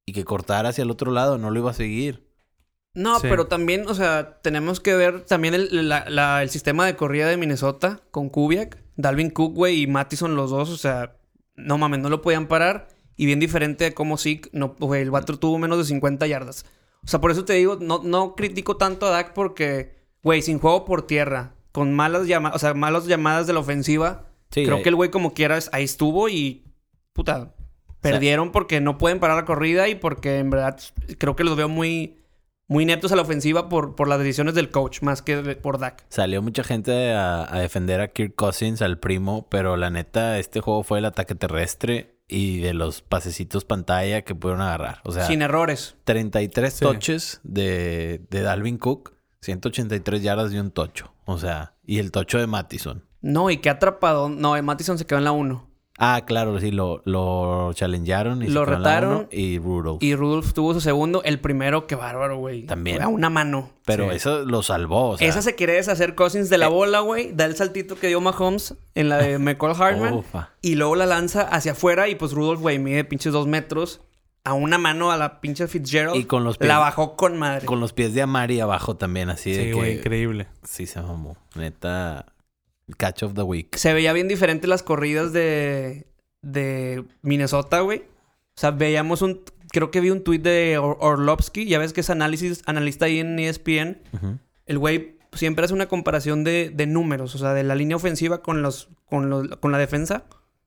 Speaker 3: y que cortara hacia el otro lado, no lo iba a seguir.
Speaker 2: No,
Speaker 1: Sí.
Speaker 2: pero también, o sea, tenemos que ver también el, la- la- el sistema de corrida de Minnesota con Kubiak, Dalvin Cook, güey, y Mattison los dos. O sea, no mames, no lo podían parar. Y bien diferente de cómo Zeke, no, güey, el vato tuvo menos de cincuenta yardas. O sea, por eso te digo, no, no critico tanto a Dak porque, güey, sin juego por tierra, con malas llamadas, o sea, malas llamadas de la ofensiva,
Speaker 3: Sí,
Speaker 2: creo
Speaker 3: ahí-
Speaker 2: que el güey como quiera es- ahí estuvo y, puta, perdieron porque no pueden parar la corrida y porque en verdad creo que los veo muy... Muy ineptos a la ofensiva por, por las decisiones del coach, más que de- por Dak.
Speaker 3: Salió mucha gente a, a defender a Kirk Cousins, al primo, pero la neta, este juego fue el ataque terrestre y de los pasecitos pantalla que pudieron agarrar. O sea,
Speaker 2: Sin errores.
Speaker 3: treinta y tres
Speaker 1: Sí.
Speaker 3: touches de, de Dalvin Cook, ciento ochenta y tres yardas y un tocho. O sea, y el tocho de Mattison.
Speaker 2: No, y qué atrapado. No, Mattison se quedó en la uno.
Speaker 3: Ah, claro, sí, lo, lo challengearon y
Speaker 2: Lo
Speaker 3: se quedó en la
Speaker 2: retaron
Speaker 3: uno, y Rudolph.
Speaker 2: Y Rudolph tuvo su segundo. El primero, qué bárbaro, güey.
Speaker 3: También.
Speaker 2: A una mano.
Speaker 3: Pero
Speaker 1: Sí.
Speaker 3: eso lo salvó, o sea.
Speaker 2: Esa se quiere deshacer Cousins de la
Speaker 3: Eh.
Speaker 2: bola, güey. Da el saltito que dio Mahomes en la de McCall Hartman.
Speaker 3: Ufa.
Speaker 2: Y luego la lanza hacia afuera. Y pues Rudolph, güey, mide pinches dos metros. A una mano a la pinche Fitzgerald.
Speaker 3: Y con los pies,
Speaker 2: La bajó con madre.
Speaker 3: con los pies de Amari abajo también, así de
Speaker 1: Sí,
Speaker 3: que...
Speaker 1: güey, increíble.
Speaker 3: Sí, se mamó. Neta, catch of the week.
Speaker 2: Se veía bien diferente las corridas de, de Minnesota, güey. O sea, veíamos un... Creo que vi un tuit de Or- Orlovsky. Ya ves que es análisis, analista ahí en E S P N.
Speaker 3: Ujú.
Speaker 2: El güey siempre hace una comparación de, de números. O sea, de la línea ofensiva con, los, con, los, con la defensa.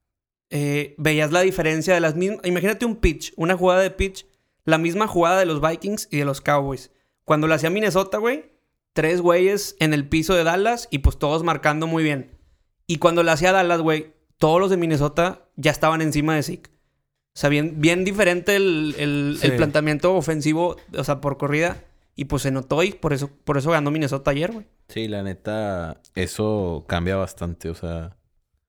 Speaker 2: Eh, veías la diferencia de las mismas... Imagínate un pitch. Una jugada de pitch. La misma jugada de los Vikings y de los Cowboys. Cuando la hacía Minnesota, güey... Tres güeyes en el piso de Dallas y pues todos marcando muy bien. Y cuando la hacía Dallas, güey, todos los de Minnesota ya estaban encima de Zeke. O sea, bien, bien diferente el, el,
Speaker 1: Sí.
Speaker 2: el planteamiento ofensivo, o sea, por corrida. Y pues se notó y por eso, por eso ganó Minnesota ayer, güey.
Speaker 3: Sí, la neta, eso cambia bastante. O sea,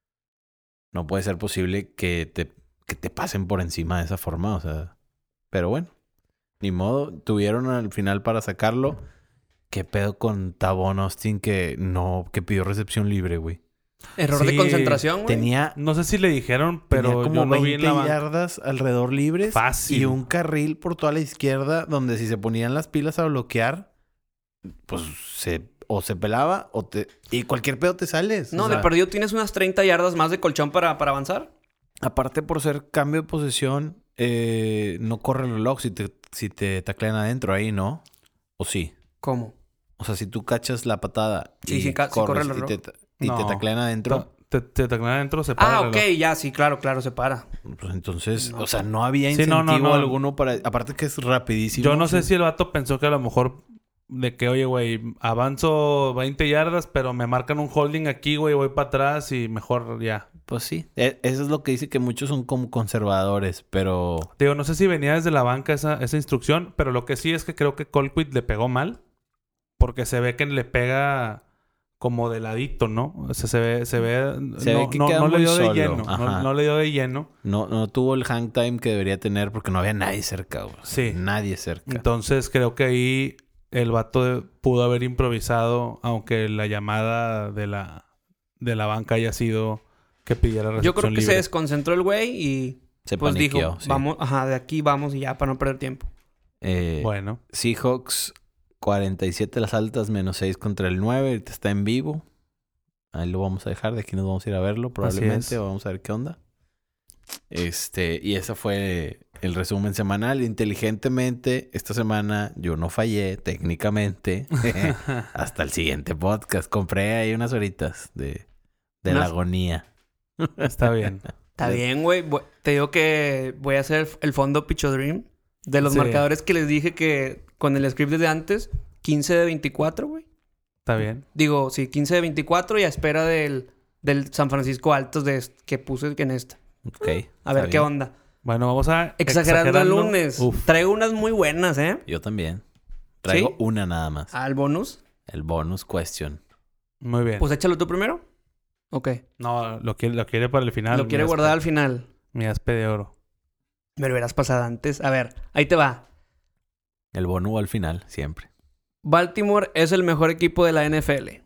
Speaker 3: no puede ser posible que te, que te pasen por encima de esa forma. O sea, pero bueno, ni modo. Tuvieron al final para sacarlo. ¿Qué pedo con Tavon Austin que no, que pidió recepción libre, güey?
Speaker 2: Error de
Speaker 1: Sí,
Speaker 2: concentración, güey.
Speaker 3: Tenía,
Speaker 1: No sé si le dijeron,
Speaker 3: tenía
Speaker 1: pero
Speaker 3: como
Speaker 1: yo lo vi
Speaker 3: veinte
Speaker 1: en la banca.
Speaker 3: yardas alrededor libres.
Speaker 1: Fácil.
Speaker 3: Y un carril por toda la izquierda donde si se ponían las pilas a bloquear, pues se... O se pelaba o te... Y cualquier pedo te sales.
Speaker 2: No,
Speaker 3: o
Speaker 2: de
Speaker 3: sea,
Speaker 2: perdido tienes unas treinta yardas más de colchón para, para avanzar.
Speaker 3: Aparte por ser cambio de posesión, eh, no corre el reloj si te, si te taclean adentro ahí, ¿no? ¿O sí?
Speaker 2: ¿Cómo?
Speaker 3: O sea, si tú cachas la patada
Speaker 2: Sí,
Speaker 3: y
Speaker 2: sí, ca- sí corre
Speaker 3: corres
Speaker 2: el
Speaker 3: y
Speaker 2: reloj.
Speaker 3: te, ta- y te
Speaker 1: No.
Speaker 3: taclean adentro,
Speaker 1: Te, te taclean adentro, se para
Speaker 2: Ah,
Speaker 1: el
Speaker 2: ok,
Speaker 1: reloj.
Speaker 2: ya, sí, claro, claro, se para.
Speaker 3: pues entonces,
Speaker 2: No.
Speaker 3: o sea, no había
Speaker 1: Sí,
Speaker 3: incentivo
Speaker 1: no, no, no.
Speaker 3: alguno para... Aparte que es rapidísimo.
Speaker 1: Yo no sé
Speaker 3: sí.
Speaker 1: si el vato pensó que a lo mejor de que, oye, güey, avanzo veinte yardas, pero me marcan un holding aquí, güey, voy para atrás y mejor ya.
Speaker 3: Pues sí. E- Eso es lo que dice que muchos son como conservadores, pero...
Speaker 1: Digo, no sé si venía desde la banca esa, esa instrucción, pero lo que sí es que creo que Colquitt le pegó mal. Porque se ve que le pega como de ladito, ¿no? O sea, se ve... Se ve,
Speaker 3: Se
Speaker 1: no,
Speaker 3: ve que
Speaker 1: no,
Speaker 3: queda
Speaker 1: no le
Speaker 3: muy
Speaker 1: dio de
Speaker 3: solo.
Speaker 1: lleno. No,
Speaker 3: Ajá.
Speaker 1: no le dio de lleno.
Speaker 3: No, no tuvo el hang time que debería tener porque no había nadie cerca, güey.
Speaker 1: Sí.
Speaker 3: Nadie cerca.
Speaker 1: Entonces creo que ahí el vato de- pudo haber improvisado, aunque la llamada de la, de la banca haya sido que pidiera recepción
Speaker 2: Yo creo que
Speaker 1: libre.
Speaker 2: se desconcentró el güey y
Speaker 3: Se
Speaker 2: pues
Speaker 3: paniqueó,
Speaker 2: dijo,
Speaker 3: sí.
Speaker 2: vamos, ajá, de aquí vamos y ya para no perder tiempo.
Speaker 3: Eh,
Speaker 1: Bueno.
Speaker 3: Seahawks, cuarenta y siete las altas, menos seis contra el nueve. Ahorita está en vivo. Ahí lo vamos a dejar. De aquí nos vamos a ir a verlo probablemente.
Speaker 1: es.
Speaker 3: O vamos a ver qué onda. Este, y ese fue el resumen semanal. Inteligentemente, esta semana yo no fallé técnicamente. Hasta el siguiente podcast. Compré ahí unas horitas de, de la
Speaker 2: Unas-
Speaker 3: agonía.
Speaker 1: Está bien.
Speaker 2: Está bien, güey. Bu- Te digo que voy a hacer el fondo Picho Dream. De los
Speaker 1: Sí.
Speaker 2: marcadores que les dije que con el script de antes, quince de veinticuatro, güey.
Speaker 1: Está bien.
Speaker 2: Digo, sí, quince de veinticuatro y a espera del, del San Francisco Altos de est- que puse en esta.
Speaker 3: Ok.
Speaker 2: A ver qué onda.
Speaker 1: Bueno, vamos a...
Speaker 2: Exagerando el lunes.
Speaker 1: Uf.
Speaker 2: Traigo unas muy buenas, ¿eh?
Speaker 3: Yo también. Traigo
Speaker 2: ¿Sí?
Speaker 3: una nada más.
Speaker 2: Al bonus.
Speaker 3: El bonus question.
Speaker 1: Muy bien.
Speaker 2: Pues échalo tú primero. Ok.
Speaker 1: No, lo quiere, lo quiere para el final.
Speaker 2: Lo quiere
Speaker 1: mi
Speaker 2: guardar
Speaker 1: aspe-
Speaker 2: al final.
Speaker 1: Mi aspe de oro.
Speaker 2: Me lo hubieras pasado antes. A ver, ahí te va.
Speaker 3: El bonus al final, siempre.
Speaker 2: Baltimore es el mejor equipo de la N F L.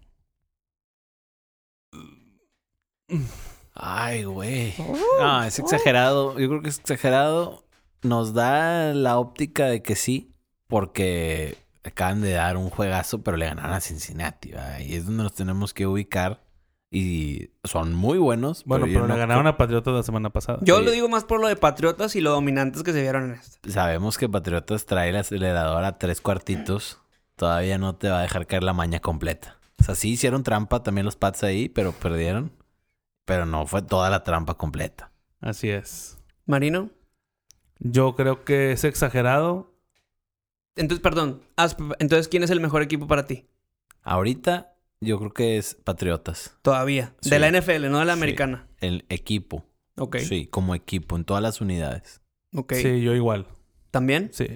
Speaker 3: Ay, güey. No, es exagerado. Yo creo que es exagerado. nos da la óptica de que sí, porque acaban de dar un juegazo, pero le ganaron a Cincinnati, ¿verdad? Y es donde nos tenemos que ubicar. Y son muy buenos.
Speaker 1: Bueno, pero, pero le
Speaker 3: no
Speaker 1: ganaron
Speaker 3: creo...
Speaker 1: a Patriotas la semana pasada.
Speaker 2: Yo
Speaker 3: sí.
Speaker 2: lo digo más por lo de Patriotas y lo dominantes que se vieron en esto.
Speaker 3: Sabemos que Patriotas trae el acelerador a tres cuartitos. Todavía no te va a dejar caer la maña completa. O sea, sí hicieron trampa también los Pats ahí, pero perdieron. Pero no fue toda la trampa completa.
Speaker 1: Así es.
Speaker 2: Marino.
Speaker 1: Yo creo que es exagerado.
Speaker 2: Entonces, perdón. Entonces, ¿quién es el mejor equipo para ti?
Speaker 3: Ahorita... Yo creo que es Patriotas.
Speaker 2: Todavía.
Speaker 3: Sí.
Speaker 2: De la N F L, no de la
Speaker 3: Sí.
Speaker 2: americana.
Speaker 3: El equipo.
Speaker 2: Ok.
Speaker 3: Sí, como equipo, en todas las unidades.
Speaker 2: Ok.
Speaker 1: Sí, yo igual.
Speaker 2: ¿También?
Speaker 1: Sí.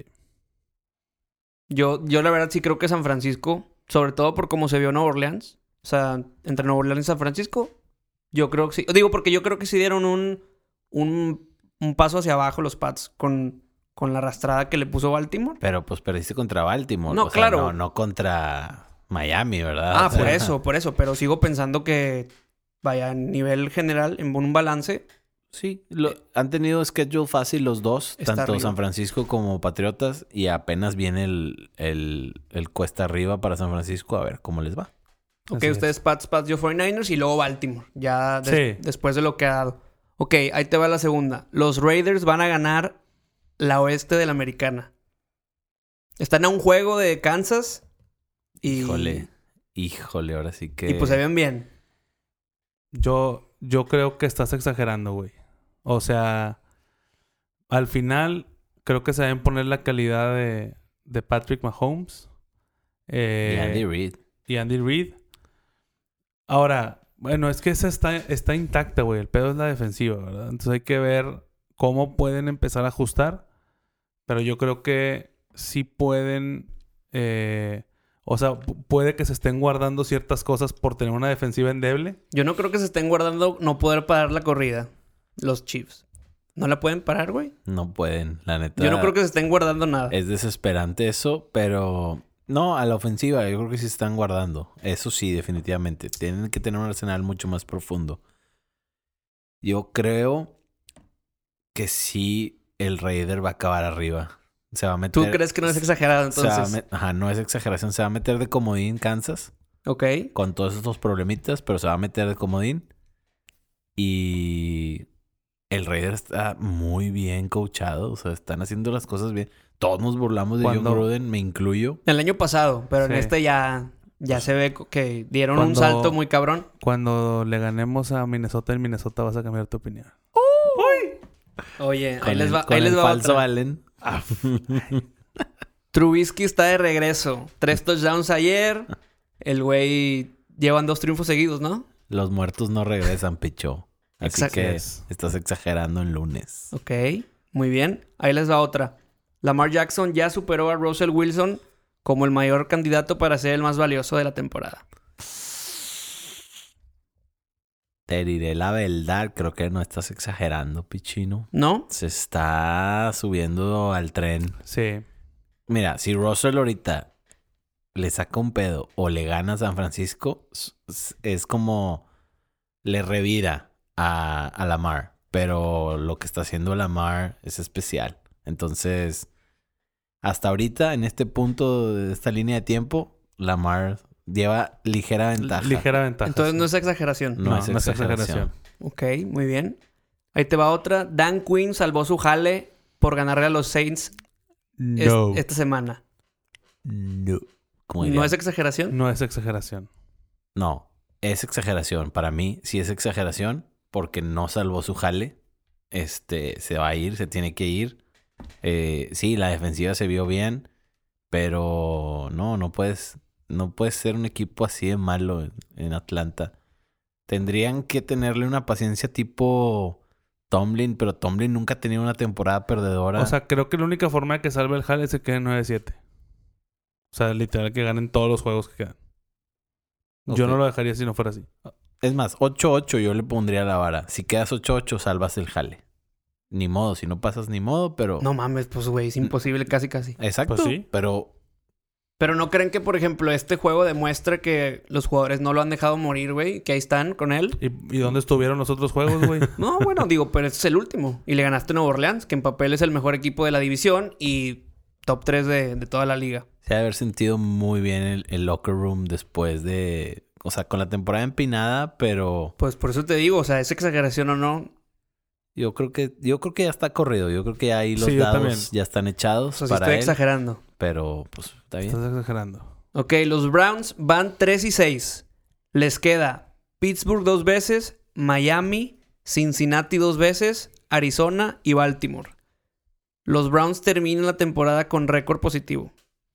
Speaker 2: Yo, yo la verdad sí creo que San Francisco, sobre todo por cómo se vio Nueva Orleans. O sea, entre Nueva Orleans y San Francisco, yo creo que sí. Digo, porque yo creo que sí dieron un, un, un paso hacia abajo los Pats con, con la arrastrada que le puso Baltimore.
Speaker 3: Pero pues perdiste contra Baltimore.
Speaker 2: No,
Speaker 3: o sea,
Speaker 2: claro.
Speaker 3: No, no contra Miami, ¿verdad?
Speaker 2: Ah,
Speaker 3: O sea,
Speaker 2: por eso, por eso. Pero sigo pensando que, vaya, a nivel general, en un balance...
Speaker 3: Sí, lo, han tenido schedule fácil los dos,
Speaker 2: Está
Speaker 3: tanto
Speaker 2: arriba.
Speaker 3: San Francisco como Patriotas, y apenas viene el, el, el cuesta arriba para San Francisco, a ver cómo les va.
Speaker 2: Ok,
Speaker 1: Así
Speaker 2: ustedes
Speaker 1: es.
Speaker 2: Pats, Pats, yo cuarenta y nueve ers y luego Baltimore. Ya des-
Speaker 1: Sí.
Speaker 2: después de lo que ha dado. Ok, ahí te va la segunda. Los Raiders van a ganar la oeste de la americana. Están a un juego de Kansas y...
Speaker 3: Híjole, híjole, ahora sí que...
Speaker 2: Y pues se ven bien.
Speaker 1: Yo, yo creo que estás exagerando, güey. O sea, al final creo que se deben poner la calidad de, de Patrick Mahomes. Eh,
Speaker 3: Y Andy Reid.
Speaker 1: Y Andy Reid. Ahora, bueno, es que esa está, está intacta, güey. El pedo es la defensiva, ¿verdad? Entonces hay que ver cómo pueden empezar a ajustar. Pero yo creo que sí pueden... Eh, o sea, pu- puede que se estén guardando ciertas cosas por tener una defensiva endeble.
Speaker 2: Yo no creo que se estén guardando no poder parar la corrida. Los Chiefs. ¿No la pueden parar, güey?
Speaker 3: No pueden, la neta.
Speaker 2: Yo no creo que se estén guardando nada.
Speaker 3: Es desesperante eso, pero... No, a la ofensiva yo creo que sí están guardando. Eso sí, definitivamente. Tienen que tener un arsenal mucho más profundo. Yo creo que sí el Raider va a acabar arriba. Se va a meter...
Speaker 2: ¿Tú crees que no es exagerado
Speaker 3: se va a
Speaker 2: entonces?
Speaker 3: met- Ajá, no es exageración. Se va a meter de comodín Kansas
Speaker 2: Ok.
Speaker 3: con todos estos problemitas, pero se va a meter de comodín. Y el Raider está muy bien coachado. O sea, están haciendo las cosas bien. Todos nos burlamos de John
Speaker 1: Cuando-
Speaker 3: Gruden, me incluyo.
Speaker 2: El año pasado, pero en
Speaker 1: Sí.
Speaker 2: este ya, ya se ve que dieron
Speaker 1: Cuando-
Speaker 2: un salto muy cabrón.
Speaker 1: Cuando le ganemos a Minnesota en Minnesota vas a cambiar tu opinión.
Speaker 2: Oye,
Speaker 3: Con
Speaker 2: ahí les
Speaker 3: el,
Speaker 2: va,
Speaker 3: con
Speaker 2: ahí les
Speaker 3: el
Speaker 2: va
Speaker 3: falso
Speaker 2: otra.
Speaker 3: Allen.
Speaker 2: Trubisky está de regreso. Tres touchdowns ayer. El güey llevan dos triunfos seguidos, ¿no?
Speaker 3: Los muertos no regresan, picho. Así
Speaker 2: Exacto.
Speaker 3: que
Speaker 1: Es.
Speaker 3: estás exagerando en lunes.
Speaker 2: Ok, muy bien. Ahí les va otra. Lamar Jackson ya superó a Russell Wilson como el mayor candidato para ser el más valioso de la temporada.
Speaker 3: Te diré la verdad, creo que no estás exagerando, pichino.
Speaker 2: ¿No?
Speaker 3: Se está subiendo al tren.
Speaker 1: Sí.
Speaker 3: Mira, si Russell ahorita le saca un pedo o le gana a San Francisco, s- es como le revira a, a Lamar. Pero lo que está haciendo Lamar es especial. Entonces, hasta ahorita, en este punto de esta línea de tiempo, Lamar lleva ligera ventaja.
Speaker 1: Ligera ventaja.
Speaker 2: Entonces
Speaker 1: sí.
Speaker 2: no es exageración.
Speaker 3: No,
Speaker 1: No,
Speaker 3: es
Speaker 1: no es
Speaker 3: exageración.
Speaker 2: Ok, muy bien. Ahí te va otra. Dan Quinn salvó su jale por ganarle a los Saints es-
Speaker 1: No.
Speaker 2: esta semana.
Speaker 3: No. ¿Cómo
Speaker 2: ¿No
Speaker 3: dirían?
Speaker 2: es exageración?
Speaker 1: No es exageración.
Speaker 3: No, es exageración. Para mí sí es exageración porque no salvó su jale. Este, se va a ir, se tiene que ir. Eh, sí, la defensiva se vio bien, pero no, no puedes, no puedes ser un equipo así de malo en, en Atlanta. Tendrían que tenerle una paciencia tipo Tomlin, pero Tomlin nunca ha tenido una temporada perdedora.
Speaker 1: O sea, creo que la única forma de que salve el jale es que quede nueve siete. O sea, literal que ganen todos los juegos que quedan. Yo
Speaker 3: Ok.
Speaker 1: no lo dejaría si no fuera así.
Speaker 3: Es más, ocho ocho yo le pondría la vara. Si quedas ocho ocho, salvas el jale. Ni modo, si no pasas ni modo, pero...
Speaker 2: No mames, pues güey, es imposible casi casi.
Speaker 3: Exacto.
Speaker 1: Pues sí.
Speaker 3: Pero
Speaker 2: Pero ¿no creen que, por ejemplo, este juego demuestra que los jugadores no lo han dejado morir, güey? Que ahí están con él.
Speaker 1: ¿Y, y dónde estuvieron los otros juegos, güey?
Speaker 2: No, bueno, digo, pero este es el último. Y le ganaste a Nueva Orleans, que en papel es el mejor equipo de la división y top tres de, de toda la liga.
Speaker 3: Se ha de haber sentido muy bien el, el locker room después de... O sea, con la temporada empinada, pero...
Speaker 2: Pues por eso te digo, o sea, ¿es exageración o no?
Speaker 3: Yo creo que... Yo creo que ya está corrido. Yo creo que ahí los
Speaker 1: Sí, yo
Speaker 3: dados
Speaker 1: también.
Speaker 3: ya están echados
Speaker 2: O sea, sí
Speaker 3: para
Speaker 2: estoy
Speaker 3: él.
Speaker 2: exagerando.
Speaker 3: Pero, pues, está bien.
Speaker 1: Estás exagerando.
Speaker 2: Ok, los Browns van tres y seis. Les queda Pittsburgh dos veces, Miami, Cincinnati dos veces, Arizona y Baltimore. Los Browns terminan la temporada con récord positivo.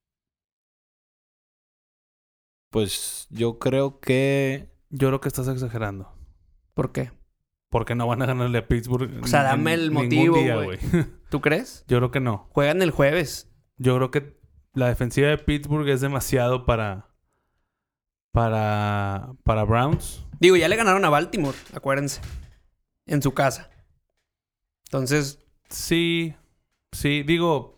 Speaker 3: Pues yo creo que...
Speaker 1: Yo creo que estás exagerando.
Speaker 2: ¿Por qué?
Speaker 1: Porque no van a ganarle a Pittsburgh.
Speaker 2: O sea,
Speaker 1: en-
Speaker 2: dame
Speaker 1: en
Speaker 2: el
Speaker 1: ningún
Speaker 2: motivo,
Speaker 1: día,
Speaker 2: güey. ¿Tú crees?
Speaker 1: Yo creo que no.
Speaker 2: Juegan el jueves.
Speaker 1: Yo creo que la defensiva de Pittsburgh es demasiado para... Para... Para Browns.
Speaker 2: Digo, ya le ganaron a Baltimore, acuérdense. En su casa. Entonces,
Speaker 1: Sí. Sí. Digo...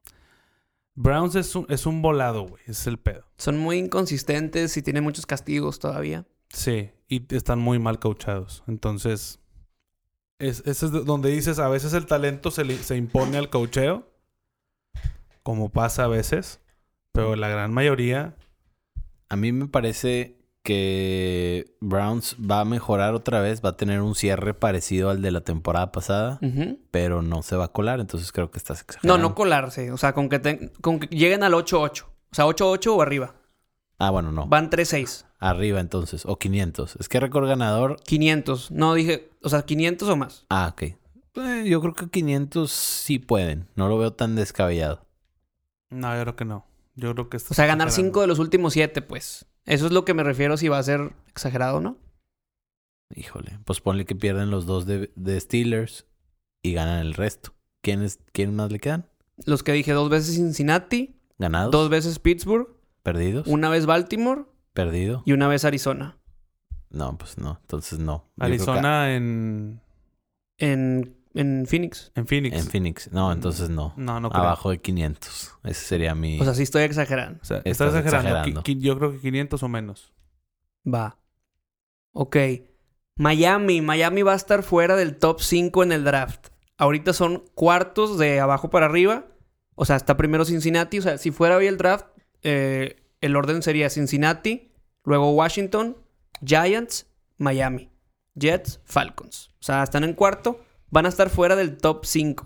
Speaker 1: Browns es un, es un volado, güey. Es el pedo.
Speaker 2: son muy inconsistentes y tienen muchos castigos todavía.
Speaker 1: Sí. Y están muy mal coachados. Entonces... Es, ese es de- donde dices... A veces el talento se, le- se impone al coacheo. Como pasa a veces. Pero la gran mayoría...
Speaker 3: A mí me parece que Browns va a mejorar otra vez. Va a tener un cierre parecido al de la temporada pasada.
Speaker 2: Ujú.
Speaker 3: Pero no se va a colar. Entonces creo que estás exagerando.
Speaker 2: No, no colarse. O sea, con que, ten- con que lleguen al ocho ocho. O sea, ocho ocho o arriba.
Speaker 3: Ah, bueno, no.
Speaker 2: Van tres seis.
Speaker 3: Arriba entonces. O quinientos. Es que récord ganador...
Speaker 2: quinientos. No, dije... O sea, quinientos o más.
Speaker 3: Ah, ok. Eh, yo creo que quinientos sí pueden. No lo veo tan descabellado.
Speaker 1: No, yo creo que no. Yo creo que estás
Speaker 2: O sea, ganar
Speaker 1: exagerando.
Speaker 2: cinco de los últimos siete, pues. Eso es lo que me refiero si va a ser exagerado o no.
Speaker 3: Híjole. Pues ponle que pierden los dos de, de Steelers y ganan el resto. ¿Quiénes, ¿Quién más le quedan?
Speaker 2: Los que dije dos veces Cincinnati,
Speaker 3: ¿Ganados?
Speaker 2: dos veces Pittsburgh,
Speaker 3: ¿Perdidos?
Speaker 2: una vez Baltimore
Speaker 3: ¿Perdido?
Speaker 2: y una vez Arizona.
Speaker 3: No, pues no. Entonces no. Yo creo
Speaker 1: Arizona en...
Speaker 2: En, en Phoenix.
Speaker 1: En
Speaker 3: que-
Speaker 1: Phoenix.
Speaker 3: En Phoenix. No, entonces no.
Speaker 1: No, no creo.
Speaker 3: Abajo de quinientos. Ese sería mi...
Speaker 2: O sea, sí estoy exagerando.
Speaker 1: O sea,
Speaker 3: Estás
Speaker 1: estás exagerando.
Speaker 3: exagerando.
Speaker 1: Qui- qui- Yo creo que quinientos o menos.
Speaker 2: Va. Ok. Miami. Miami va a estar fuera del top cinco en el draft. Ahorita son cuartos de abajo para arriba. O sea, está primero Cincinnati. O sea, si fuera hoy el draft, eh, el orden sería Cincinnati, luego Washington, Giants, Miami, Jets, Falcons. O sea, están en cuarto. Van a estar fuera del top cinco.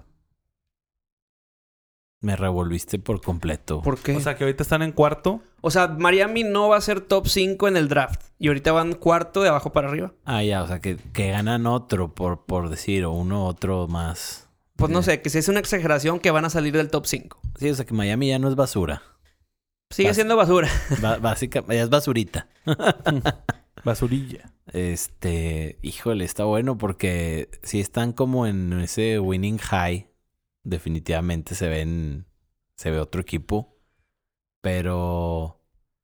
Speaker 3: Me revolviste por completo.
Speaker 2: ¿Por qué?
Speaker 1: O sea, que ahorita están en cuarto.
Speaker 2: O sea, Miami no va a ser top cinco en el draft. Y ahorita van cuarto de abajo para arriba.
Speaker 3: Ah, ya. O sea, que, que ganan otro, por, por decir. O uno otro más.
Speaker 2: Pues no
Speaker 3: Sí.
Speaker 2: sé, que si es una exageración que van a salir del top cinco.
Speaker 3: Sí, o sea, que Miami ya no es basura.
Speaker 2: Sigue
Speaker 3: Vas-
Speaker 2: siendo basura.
Speaker 3: Ba- básicamente, ya es basurita.
Speaker 1: Basurilla.
Speaker 3: Este, híjole, está bueno porque si están como en ese winning high, definitivamente se ven, se ve otro equipo, pero,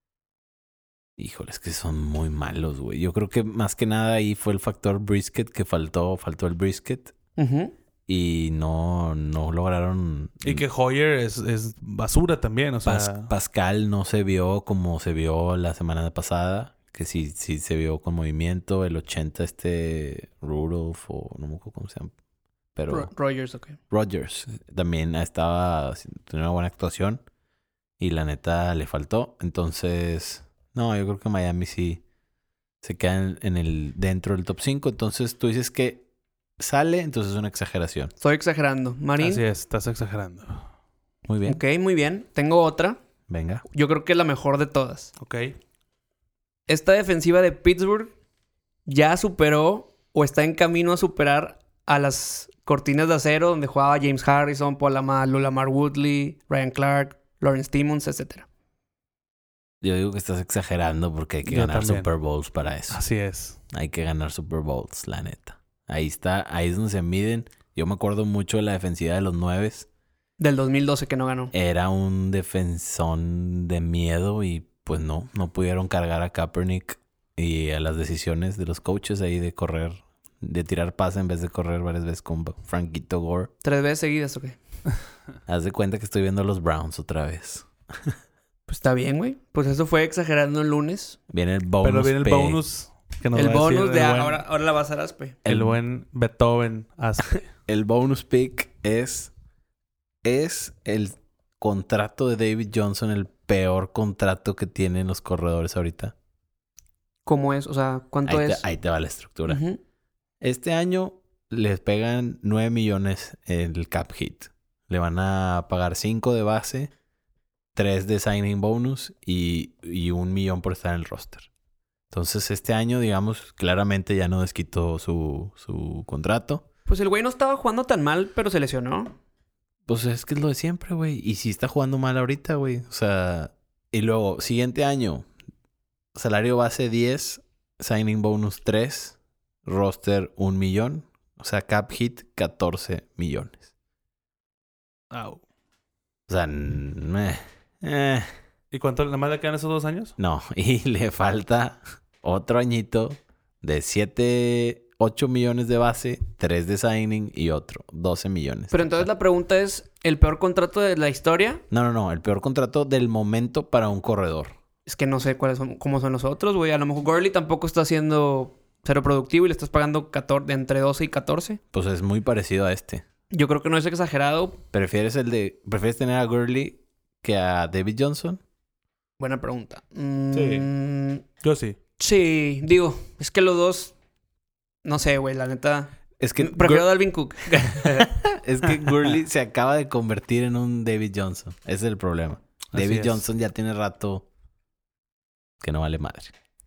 Speaker 3: híjole, es que son muy malos, güey. Yo creo que más que nada ahí fue el factor brisket que faltó, faltó el brisket
Speaker 2: Ujú.
Speaker 3: y no, no lograron.
Speaker 1: Y que Hoyer es, es basura también. O sea,
Speaker 3: Pas- Pascal no se vio como se vio la semana pasada. Que sí, sí se vio con movimiento. El ochenta este Rudolph o no me acuerdo cómo se llama. Pero
Speaker 2: Ro- Rogers, ok.
Speaker 3: Rodgers también estaba tenía una buena actuación. Y la neta le faltó. Entonces, no, yo creo que Miami sí se queda en, en el dentro del top cinco. Entonces tú dices que sale, entonces es una exageración.
Speaker 2: Estoy exagerando. Marín.
Speaker 1: así es, estás exagerando.
Speaker 3: Muy bien,
Speaker 2: Ok, muy bien. Tengo otra.
Speaker 3: venga.
Speaker 2: Yo creo que es la mejor de todas.
Speaker 1: Ok.
Speaker 2: Esta defensiva de Pittsburgh ya superó o está en camino a superar a las cortinas de acero donde jugaba James Harrison, Paul Amalu, Lamar Woodley, Ryan Clark, Lawrence Timmons, etcétera.
Speaker 3: Yo digo que estás exagerando porque hay que
Speaker 1: Yo
Speaker 3: ganar
Speaker 1: también.
Speaker 3: Super Bowls para eso.
Speaker 1: Así es.
Speaker 3: Hay que ganar Super Bowls, la neta. Ahí está, ahí es donde se miden. Yo me acuerdo mucho de la defensiva de los nueves.
Speaker 2: Del dos mil doce que no ganó.
Speaker 3: Era un defensón de miedo y pues no, no pudieron cargar a Kaepernick y a las decisiones de los coaches ahí de correr, de tirar pase en vez de correr varias veces con Franquito Gore.
Speaker 2: ¿Tres veces seguidas o qué?
Speaker 3: Haz de cuenta que estoy viendo a los Browns otra vez.
Speaker 2: Pues está bien, güey. Pues eso fue exagerando el lunes.
Speaker 3: Viene el bonus.
Speaker 1: Pero viene el
Speaker 3: P.
Speaker 1: bonus. Que nos
Speaker 2: El
Speaker 1: va a decir
Speaker 2: bonus de
Speaker 1: el
Speaker 2: a-
Speaker 1: buen-
Speaker 2: ahora, ahora la va a hacer Aspe.
Speaker 1: El
Speaker 3: El-
Speaker 1: buen Beethoven Aspe.
Speaker 3: El bonus pick es... Es el contrato de David Johnson el peor contrato que tienen los corredores ahorita.
Speaker 2: ¿Cómo es? O sea, ¿cuánto
Speaker 3: Ahí te,
Speaker 2: es?
Speaker 3: ahí te va la estructura.
Speaker 2: Ujú.
Speaker 3: Este año les pegan nueve millones el cap hit. Le van a pagar cinco de base, tres de signing bonus y, y un millón por estar en el roster. Entonces este año, digamos, claramente ya no desquitó su, su contrato.
Speaker 2: Pues el güey no estaba jugando tan mal, pero se lesionó.
Speaker 3: Pues es que es lo de siempre, güey. Y si está jugando mal ahorita, güey. O sea, y luego, siguiente año, salario base diez, signing bonus tres, roster un millón. O sea, cap hit catorce millones.
Speaker 1: Au.
Speaker 3: O sea, meh, eh,
Speaker 1: ¿Y cuánto nada más le quedan esos dos años?
Speaker 3: no. Y le falta otro añito de siete, ocho millones de base, tres de signing y otro, doce millones.
Speaker 2: Pero entonces la pregunta es, ¿el peor contrato de la historia?
Speaker 3: No, no, no. El peor contrato del momento para un corredor.
Speaker 2: Es que no sé cuáles son, cómo son los otros, güey. A lo mejor Gurley tampoco está haciendo cero productivo y le estás pagando catorce, de entre doce y catorce.
Speaker 3: Pues es muy parecido a este.
Speaker 2: Yo creo que no es exagerado.
Speaker 3: ¿Prefieres el de... ¿Prefieres tener a Gurley que a David Johnson?
Speaker 2: Buena pregunta. Mm,
Speaker 1: Yo sí.
Speaker 2: sí, digo, es que los dos... No sé, güey, la neta...
Speaker 3: Es que...
Speaker 2: Prefiero a Dalvin Cook.
Speaker 3: Es que Gurley se acaba de convertir en un David Johnson. Ese es el problema.
Speaker 1: Así
Speaker 3: David
Speaker 1: es.
Speaker 3: Johnson ya tiene rato que no vale madre.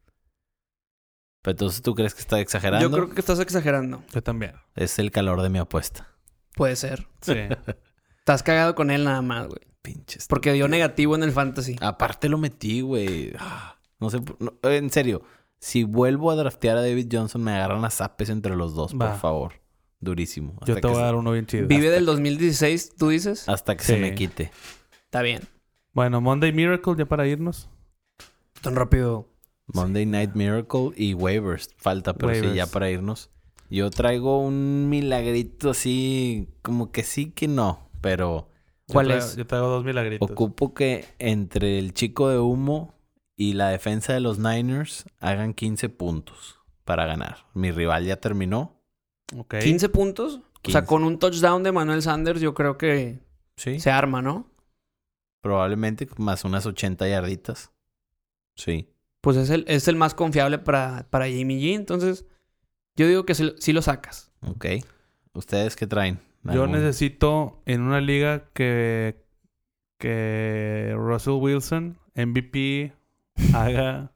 Speaker 3: Pero entonces, ¿tú crees que está exagerando?
Speaker 2: Yo creo que estás exagerando.
Speaker 1: Yo también.
Speaker 3: Es el calor de mi apuesta.
Speaker 2: Puede ser.
Speaker 1: Sí.
Speaker 2: Estás cagado con él nada más, güey.
Speaker 3: Pinches.
Speaker 2: Porque dio negativo en el fantasy.
Speaker 3: Aparte lo metí, güey. Ah, No sé... por- no, en serio. Si vuelvo a draftear a David Johnson, me agarran a zapes entre los dos,
Speaker 1: Va.
Speaker 3: por favor. Durísimo.
Speaker 1: Yo
Speaker 3: Hasta
Speaker 1: te
Speaker 3: que
Speaker 1: voy a
Speaker 3: se-
Speaker 1: dar uno bien chido.
Speaker 2: Vive del dos mil dieciséis, ¿tú dices?
Speaker 3: Hasta que
Speaker 1: Sí.
Speaker 3: se me quite.
Speaker 2: Está bien.
Speaker 1: Bueno, Monday Miracle, ya para irnos.
Speaker 2: Tan rápido.
Speaker 3: Monday Night Miracle y waivers. Falta, pero sí,
Speaker 1: Waivers.
Speaker 3: ya para irnos. Yo traigo un milagrito así, como que sí que no, pero
Speaker 1: Yo
Speaker 2: ¿Cuál
Speaker 1: traigo-
Speaker 2: es?
Speaker 1: Yo traigo dos milagritos.
Speaker 3: ocupo que entre el chico de humo y la defensa de los Niners hagan quince puntos para ganar. Mi rival ya terminó.
Speaker 1: Ok.
Speaker 2: ¿quince puntos? O sea,
Speaker 3: quince.
Speaker 2: con un touchdown de Manuel Sanders yo creo que
Speaker 3: Sí.
Speaker 2: se arma, ¿no?
Speaker 3: Probablemente más unas ochenta yarditas. Sí.
Speaker 2: Pues es el, es el más confiable para, para Jimmy G. Entonces, yo digo que sí, sí lo sacas.
Speaker 3: Ok. ¿Ustedes qué traen?
Speaker 1: Yo
Speaker 3: ¿Algún-
Speaker 1: necesito en una liga que, que Russell Wilson, M V P, haga,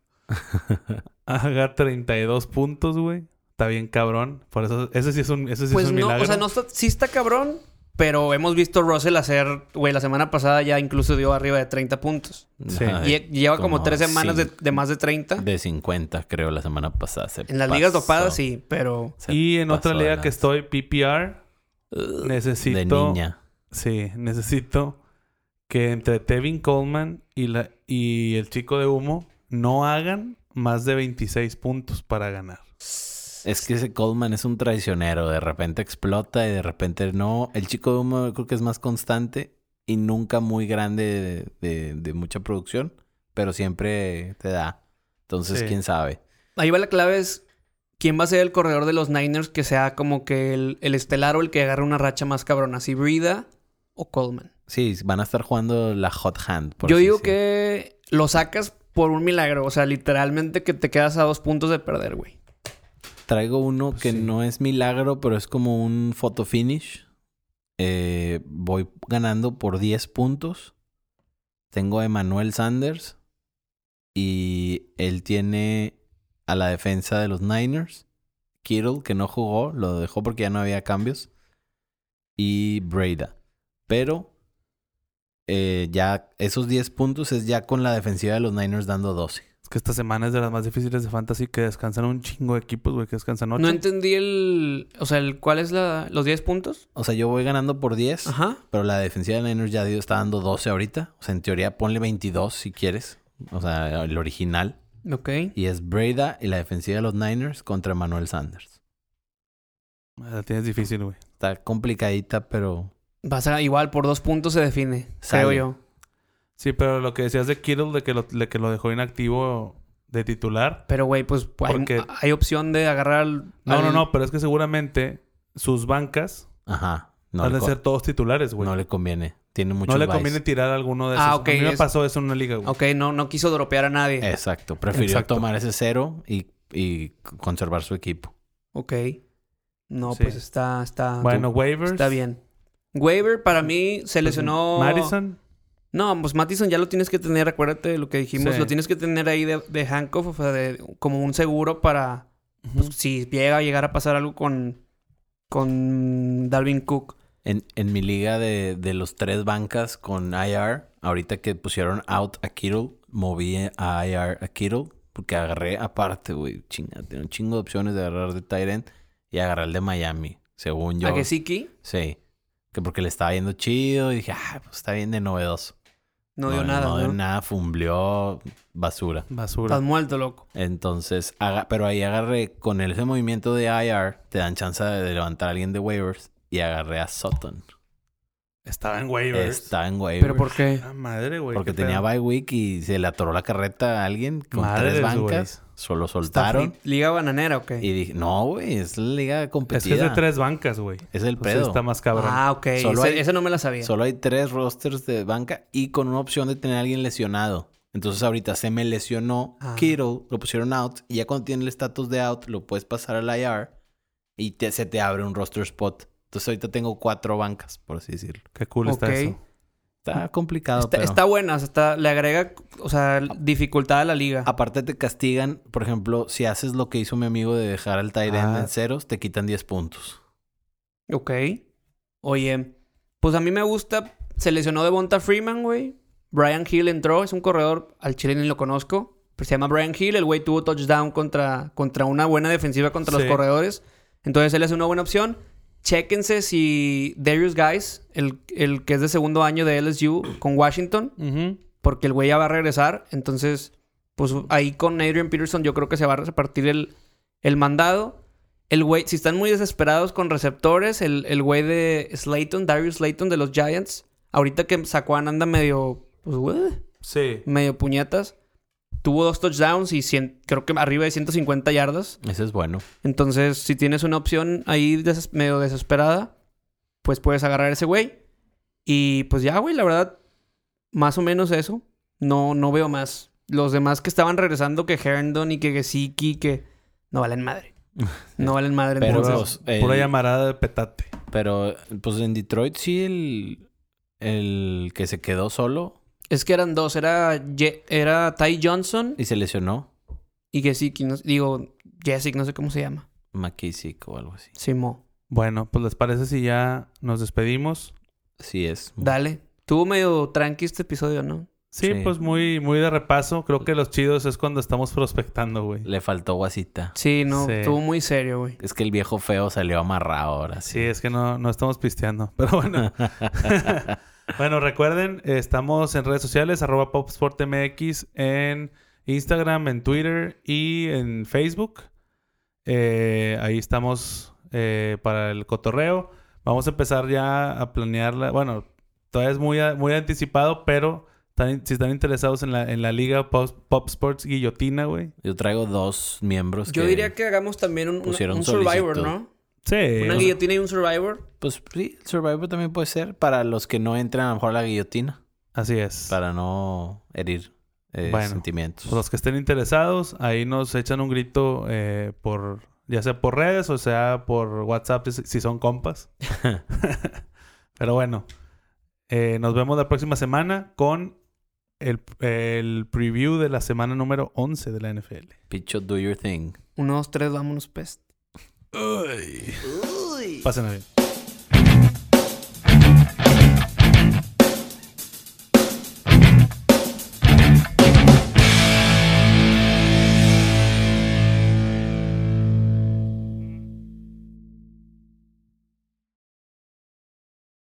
Speaker 1: haga treinta y dos puntos, güey. Está bien cabrón. Por eso, ese sí es un, ese sí
Speaker 2: Pues
Speaker 1: es un
Speaker 2: no,
Speaker 1: milagro.
Speaker 2: o sea, no está, sí está cabrón, pero hemos visto Russell hacer, güey, la semana pasada ya incluso dio arriba de treinta puntos.
Speaker 1: Sí.
Speaker 3: Ajá,
Speaker 2: Y lleva como,
Speaker 3: como
Speaker 2: tres semanas de,
Speaker 3: cinco.
Speaker 2: de más de treinta.
Speaker 3: De cincuenta, creo, la semana pasada. Se
Speaker 2: En las ligas
Speaker 3: pasó.
Speaker 2: dopadas sí, pero...
Speaker 3: Se
Speaker 1: Y en otra
Speaker 3: pasó de
Speaker 1: liga
Speaker 3: lanza.
Speaker 1: que estoy, P P R,
Speaker 2: uh,
Speaker 1: necesito...
Speaker 3: De niña.
Speaker 1: Sí, necesito que entre Tevin Coleman y, la, y el chico de humo no hagan más de veintiséis puntos para ganar.
Speaker 3: Es que ese Coleman es un traicionero. De repente explota y de repente no. El chico de humo creo que es más constante y nunca muy grande de, de- de mucha producción. Pero siempre te da. Entonces,
Speaker 1: Sí.
Speaker 3: quién sabe.
Speaker 2: Ahí va la clave es... ¿Quién va a ser el corredor de los Niners que sea como que el, el estelar o el que agarre una racha más cabrona? ¿Si Breida o Coleman?
Speaker 3: Sí, van a estar jugando la hot hand. por
Speaker 2: Yo
Speaker 3: así
Speaker 2: digo
Speaker 3: decirlo.
Speaker 2: que lo sacas por un milagro. O sea, literalmente que te quedas a dos puntos de perder, güey.
Speaker 3: Traigo uno que
Speaker 1: Sí.
Speaker 3: no es milagro, pero es como un photo finish. Eh, voy ganando por diez puntos. Tengo a Emmanuel Sanders. Y él tiene a la defensa de los Niners. Kittle, que no jugó. Lo dejó porque ya no había cambios. Y Breida. Pero eh, ya esos diez puntos es ya con la defensiva de los Niners dando doce.
Speaker 1: Es que esta semana es de las más difíciles de fantasy que descansan un chingo de equipos, güey, que descansan ocho.
Speaker 2: No entendí el... O sea, el, ¿cuál es la, los diez puntos?
Speaker 3: O sea, yo voy ganando por diez.
Speaker 2: Ajá.
Speaker 3: Pero la defensiva de Niners ya dio- está dando doce ahorita. O sea, en teoría ponle veintidós si quieres. O sea, el original.
Speaker 2: Ok.
Speaker 3: Y es Breida y la defensiva de los Niners contra Emmanuel Sanders.
Speaker 1: La tienes difícil, güey.
Speaker 3: Está complicadita, pero...
Speaker 2: Vas a... Igual, por dos puntos se define.
Speaker 3: Sale.
Speaker 2: Creo yo.
Speaker 1: Sí, pero lo que decías de Kittle, de que lo, de que lo dejó inactivo de titular.
Speaker 2: Pero, güey, pues hay,
Speaker 1: Porque-
Speaker 2: hay opción de agarrar al...
Speaker 1: No,
Speaker 2: al-
Speaker 1: no, no, pero es que seguramente sus bancas
Speaker 3: Ajá. No,
Speaker 1: han
Speaker 3: le,
Speaker 1: de
Speaker 3: co-
Speaker 1: ser todos titulares, güey.
Speaker 3: no
Speaker 1: No,
Speaker 3: le conviene. Tiene muchos
Speaker 1: le
Speaker 3: buys.
Speaker 1: conviene tirar alguno de esos.
Speaker 2: Ah, ok,
Speaker 1: A mí me
Speaker 2: es-
Speaker 1: pasó eso en una liga, güey.
Speaker 2: Ok, no, no quiso dropear a nadie.
Speaker 3: Exacto. Prefirió
Speaker 1: Exacto.
Speaker 3: tomar ese cero y, y conservar su equipo.
Speaker 2: Ok. No,
Speaker 1: Sí.
Speaker 2: pues está... está
Speaker 1: Bueno, waivers.
Speaker 2: Está bien. Waiver, para mí, se lesionó...
Speaker 1: Madison.
Speaker 2: No, pues Mattison ya lo tienes que tener, acuérdate de lo que dijimos.
Speaker 1: Sí.
Speaker 2: Lo tienes que tener ahí de, de handcuff, o sea, de, como un seguro para... Pues,
Speaker 1: Ujú.
Speaker 2: si llega a llegar a pasar algo con... Con Dalvin Cook.
Speaker 3: En, en mi liga de, de los tres bancas con I R, ahorita que pusieron out a Kittle, moví a I R a Kittle porque agarré aparte, güey. Chinga, tengo un chingo de opciones de agarrar de tight end y agarré el de Miami, según yo.
Speaker 2: ¿A que sí, Ki?
Speaker 3: Sí. Que porque le estaba yendo chido y dije, ah, pues está bien de novedoso.
Speaker 2: No dio nada,
Speaker 3: No
Speaker 2: ¿no?
Speaker 3: dio nada, fumbleó basura.
Speaker 1: Basura.
Speaker 2: Estás muerto, loco.
Speaker 3: Entonces, aga- pero ahí agarré, con ese movimiento de I R, te dan chance de levantar a alguien de waivers y agarré a Sutton.
Speaker 1: Estaba en waivers.
Speaker 3: Está en waivers.
Speaker 2: ¿Pero por qué?
Speaker 1: Ah, madre, güey.
Speaker 3: Porque
Speaker 1: qué
Speaker 3: tenía
Speaker 1: pedo.
Speaker 3: bye week y se le atoró la carreta a alguien con
Speaker 1: Madres,
Speaker 3: tres bancas. Solo
Speaker 2: ¿Está
Speaker 3: soltaron.
Speaker 2: free- ¿Liga bananera o qué?
Speaker 3: Y dije, no, güey, es la liga
Speaker 1: Es
Speaker 3: competida.
Speaker 1: que es de tres bancas, güey.
Speaker 3: Es el
Speaker 1: O sea,
Speaker 3: pedo.
Speaker 1: está más cabrón.
Speaker 2: Ah, ok.
Speaker 3: Solo
Speaker 2: Ese,
Speaker 3: hay-
Speaker 2: ese no me la sabía.
Speaker 3: Solo hay tres rosters de banca y con una opción de tener a alguien lesionado. Entonces ahorita se me lesionó
Speaker 2: Ah.
Speaker 3: Kittle, lo pusieron out y ya cuando tiene el estatus de out lo puedes pasar al I R y te- se te abre un roster spot. Entonces ahorita tengo cuatro bancas, por así decirlo.
Speaker 1: Qué cool está
Speaker 2: Ok.
Speaker 1: eso.
Speaker 3: Está complicado,
Speaker 2: Está,
Speaker 3: pero...
Speaker 2: está buena, o sea, está- le agrega, o sea, dificultad a la liga.
Speaker 3: Aparte te castigan, por ejemplo, si haces lo que hizo mi amigo de dejar al tight end
Speaker 1: Ah.
Speaker 3: en ceros, te quitan diez puntos.
Speaker 2: Ok. Oye, pues a mí me gusta. Se lesionó Devonta Freeman, güey. Brian Hill entró. Es un corredor. Al chile ni lo conozco. Pero se llama Brian Hill. El güey tuvo touchdown contra, contra una buena defensiva contra
Speaker 1: Sí.
Speaker 2: los corredores. Entonces él es una buena opción. Chéquense si Darius Guys, el, el que es de segundo año de L S U con Washington,
Speaker 1: Ujú.
Speaker 2: porque el güey ya va a regresar. Entonces, pues ahí con Adrian Peterson yo creo que se va a repartir el, el mandado. El güey, si están muy desesperados con receptores, el, el güey de Slayton, Darius Slayton de los Giants, ahorita que Saquon anda medio, pues, güey,
Speaker 1: Sí.
Speaker 2: medio puñetas, tuvo dos touchdowns y cien, creo que arriba de ciento cincuenta yardas.
Speaker 3: Ese es bueno.
Speaker 2: Entonces, si tienes una opción ahí des- medio desesperada, pues puedes agarrar a ese güey. Y pues ya, güey, la verdad, más o menos eso. No, no veo más. Los demás que estaban regresando, que Herndon y que Gesicki, que no valen madre. No valen madre.
Speaker 3: Pero,
Speaker 2: entonces.
Speaker 3: pues, el-
Speaker 1: Pura llamarada de petate.
Speaker 3: pero pues en Detroit sí el, el que se quedó solo
Speaker 2: Es que eran dos. Era, Ye- era Ty Johnson
Speaker 3: y se lesionó,
Speaker 2: y Gesicki. No, digo, Jessic, no sé cómo se llama.
Speaker 3: McKissick o algo así.
Speaker 2: Simo.
Speaker 1: Bueno, pues les parece si ya nos despedimos.
Speaker 3: Sí es.
Speaker 2: Dale. Tuvo medio tranqui este episodio, ¿no?
Speaker 1: Sí,
Speaker 3: Sí.
Speaker 1: pues muy, muy de repaso. Creo que los chidos es cuando estamos prospectando, güey.
Speaker 3: Le faltó guasita.
Speaker 2: Sí, no.
Speaker 1: Sí.
Speaker 2: Estuvo muy serio, güey.
Speaker 3: Es que el viejo feo salió amarrado ahora.
Speaker 1: Sí, es que no, no estamos pisteando. Pero bueno. Bueno, recuerden, eh, estamos en redes sociales, arroba PopSportMX, en Instagram, en Twitter y en Facebook. Eh, ahí estamos eh, para el cotorreo. Vamos a empezar ya a planearla. Bueno, todavía es muy, a- muy anticipado, pero están- si están interesados en la, en la liga Pop, Pop Sports Guillotina, güey.
Speaker 3: Yo traigo dos miembros
Speaker 2: Yo
Speaker 3: que...
Speaker 2: diría que hagamos también un, una-
Speaker 3: pusieron
Speaker 2: un Survivor,
Speaker 3: solicitud.
Speaker 2: ¿no?
Speaker 1: Sí.
Speaker 2: Una
Speaker 1: o sea,
Speaker 2: guillotina y un Survivor.
Speaker 3: Pues sí, el Survivor también puede ser para los que no entran a lo mejor a la guillotina.
Speaker 1: así es.
Speaker 3: Para no herir eh,
Speaker 1: Bueno,
Speaker 3: sentimientos.
Speaker 1: Pues los que estén interesados, ahí nos echan un grito eh, por, ya sea por redes o sea por WhatsApp si, si son compas. Pero bueno, eh, nos vemos la próxima semana con el, el preview de la semana número once de la N F L.
Speaker 3: Picho, do your thing.
Speaker 2: Uno, dos, tres, vámonos, pest.
Speaker 1: Pásenla bien.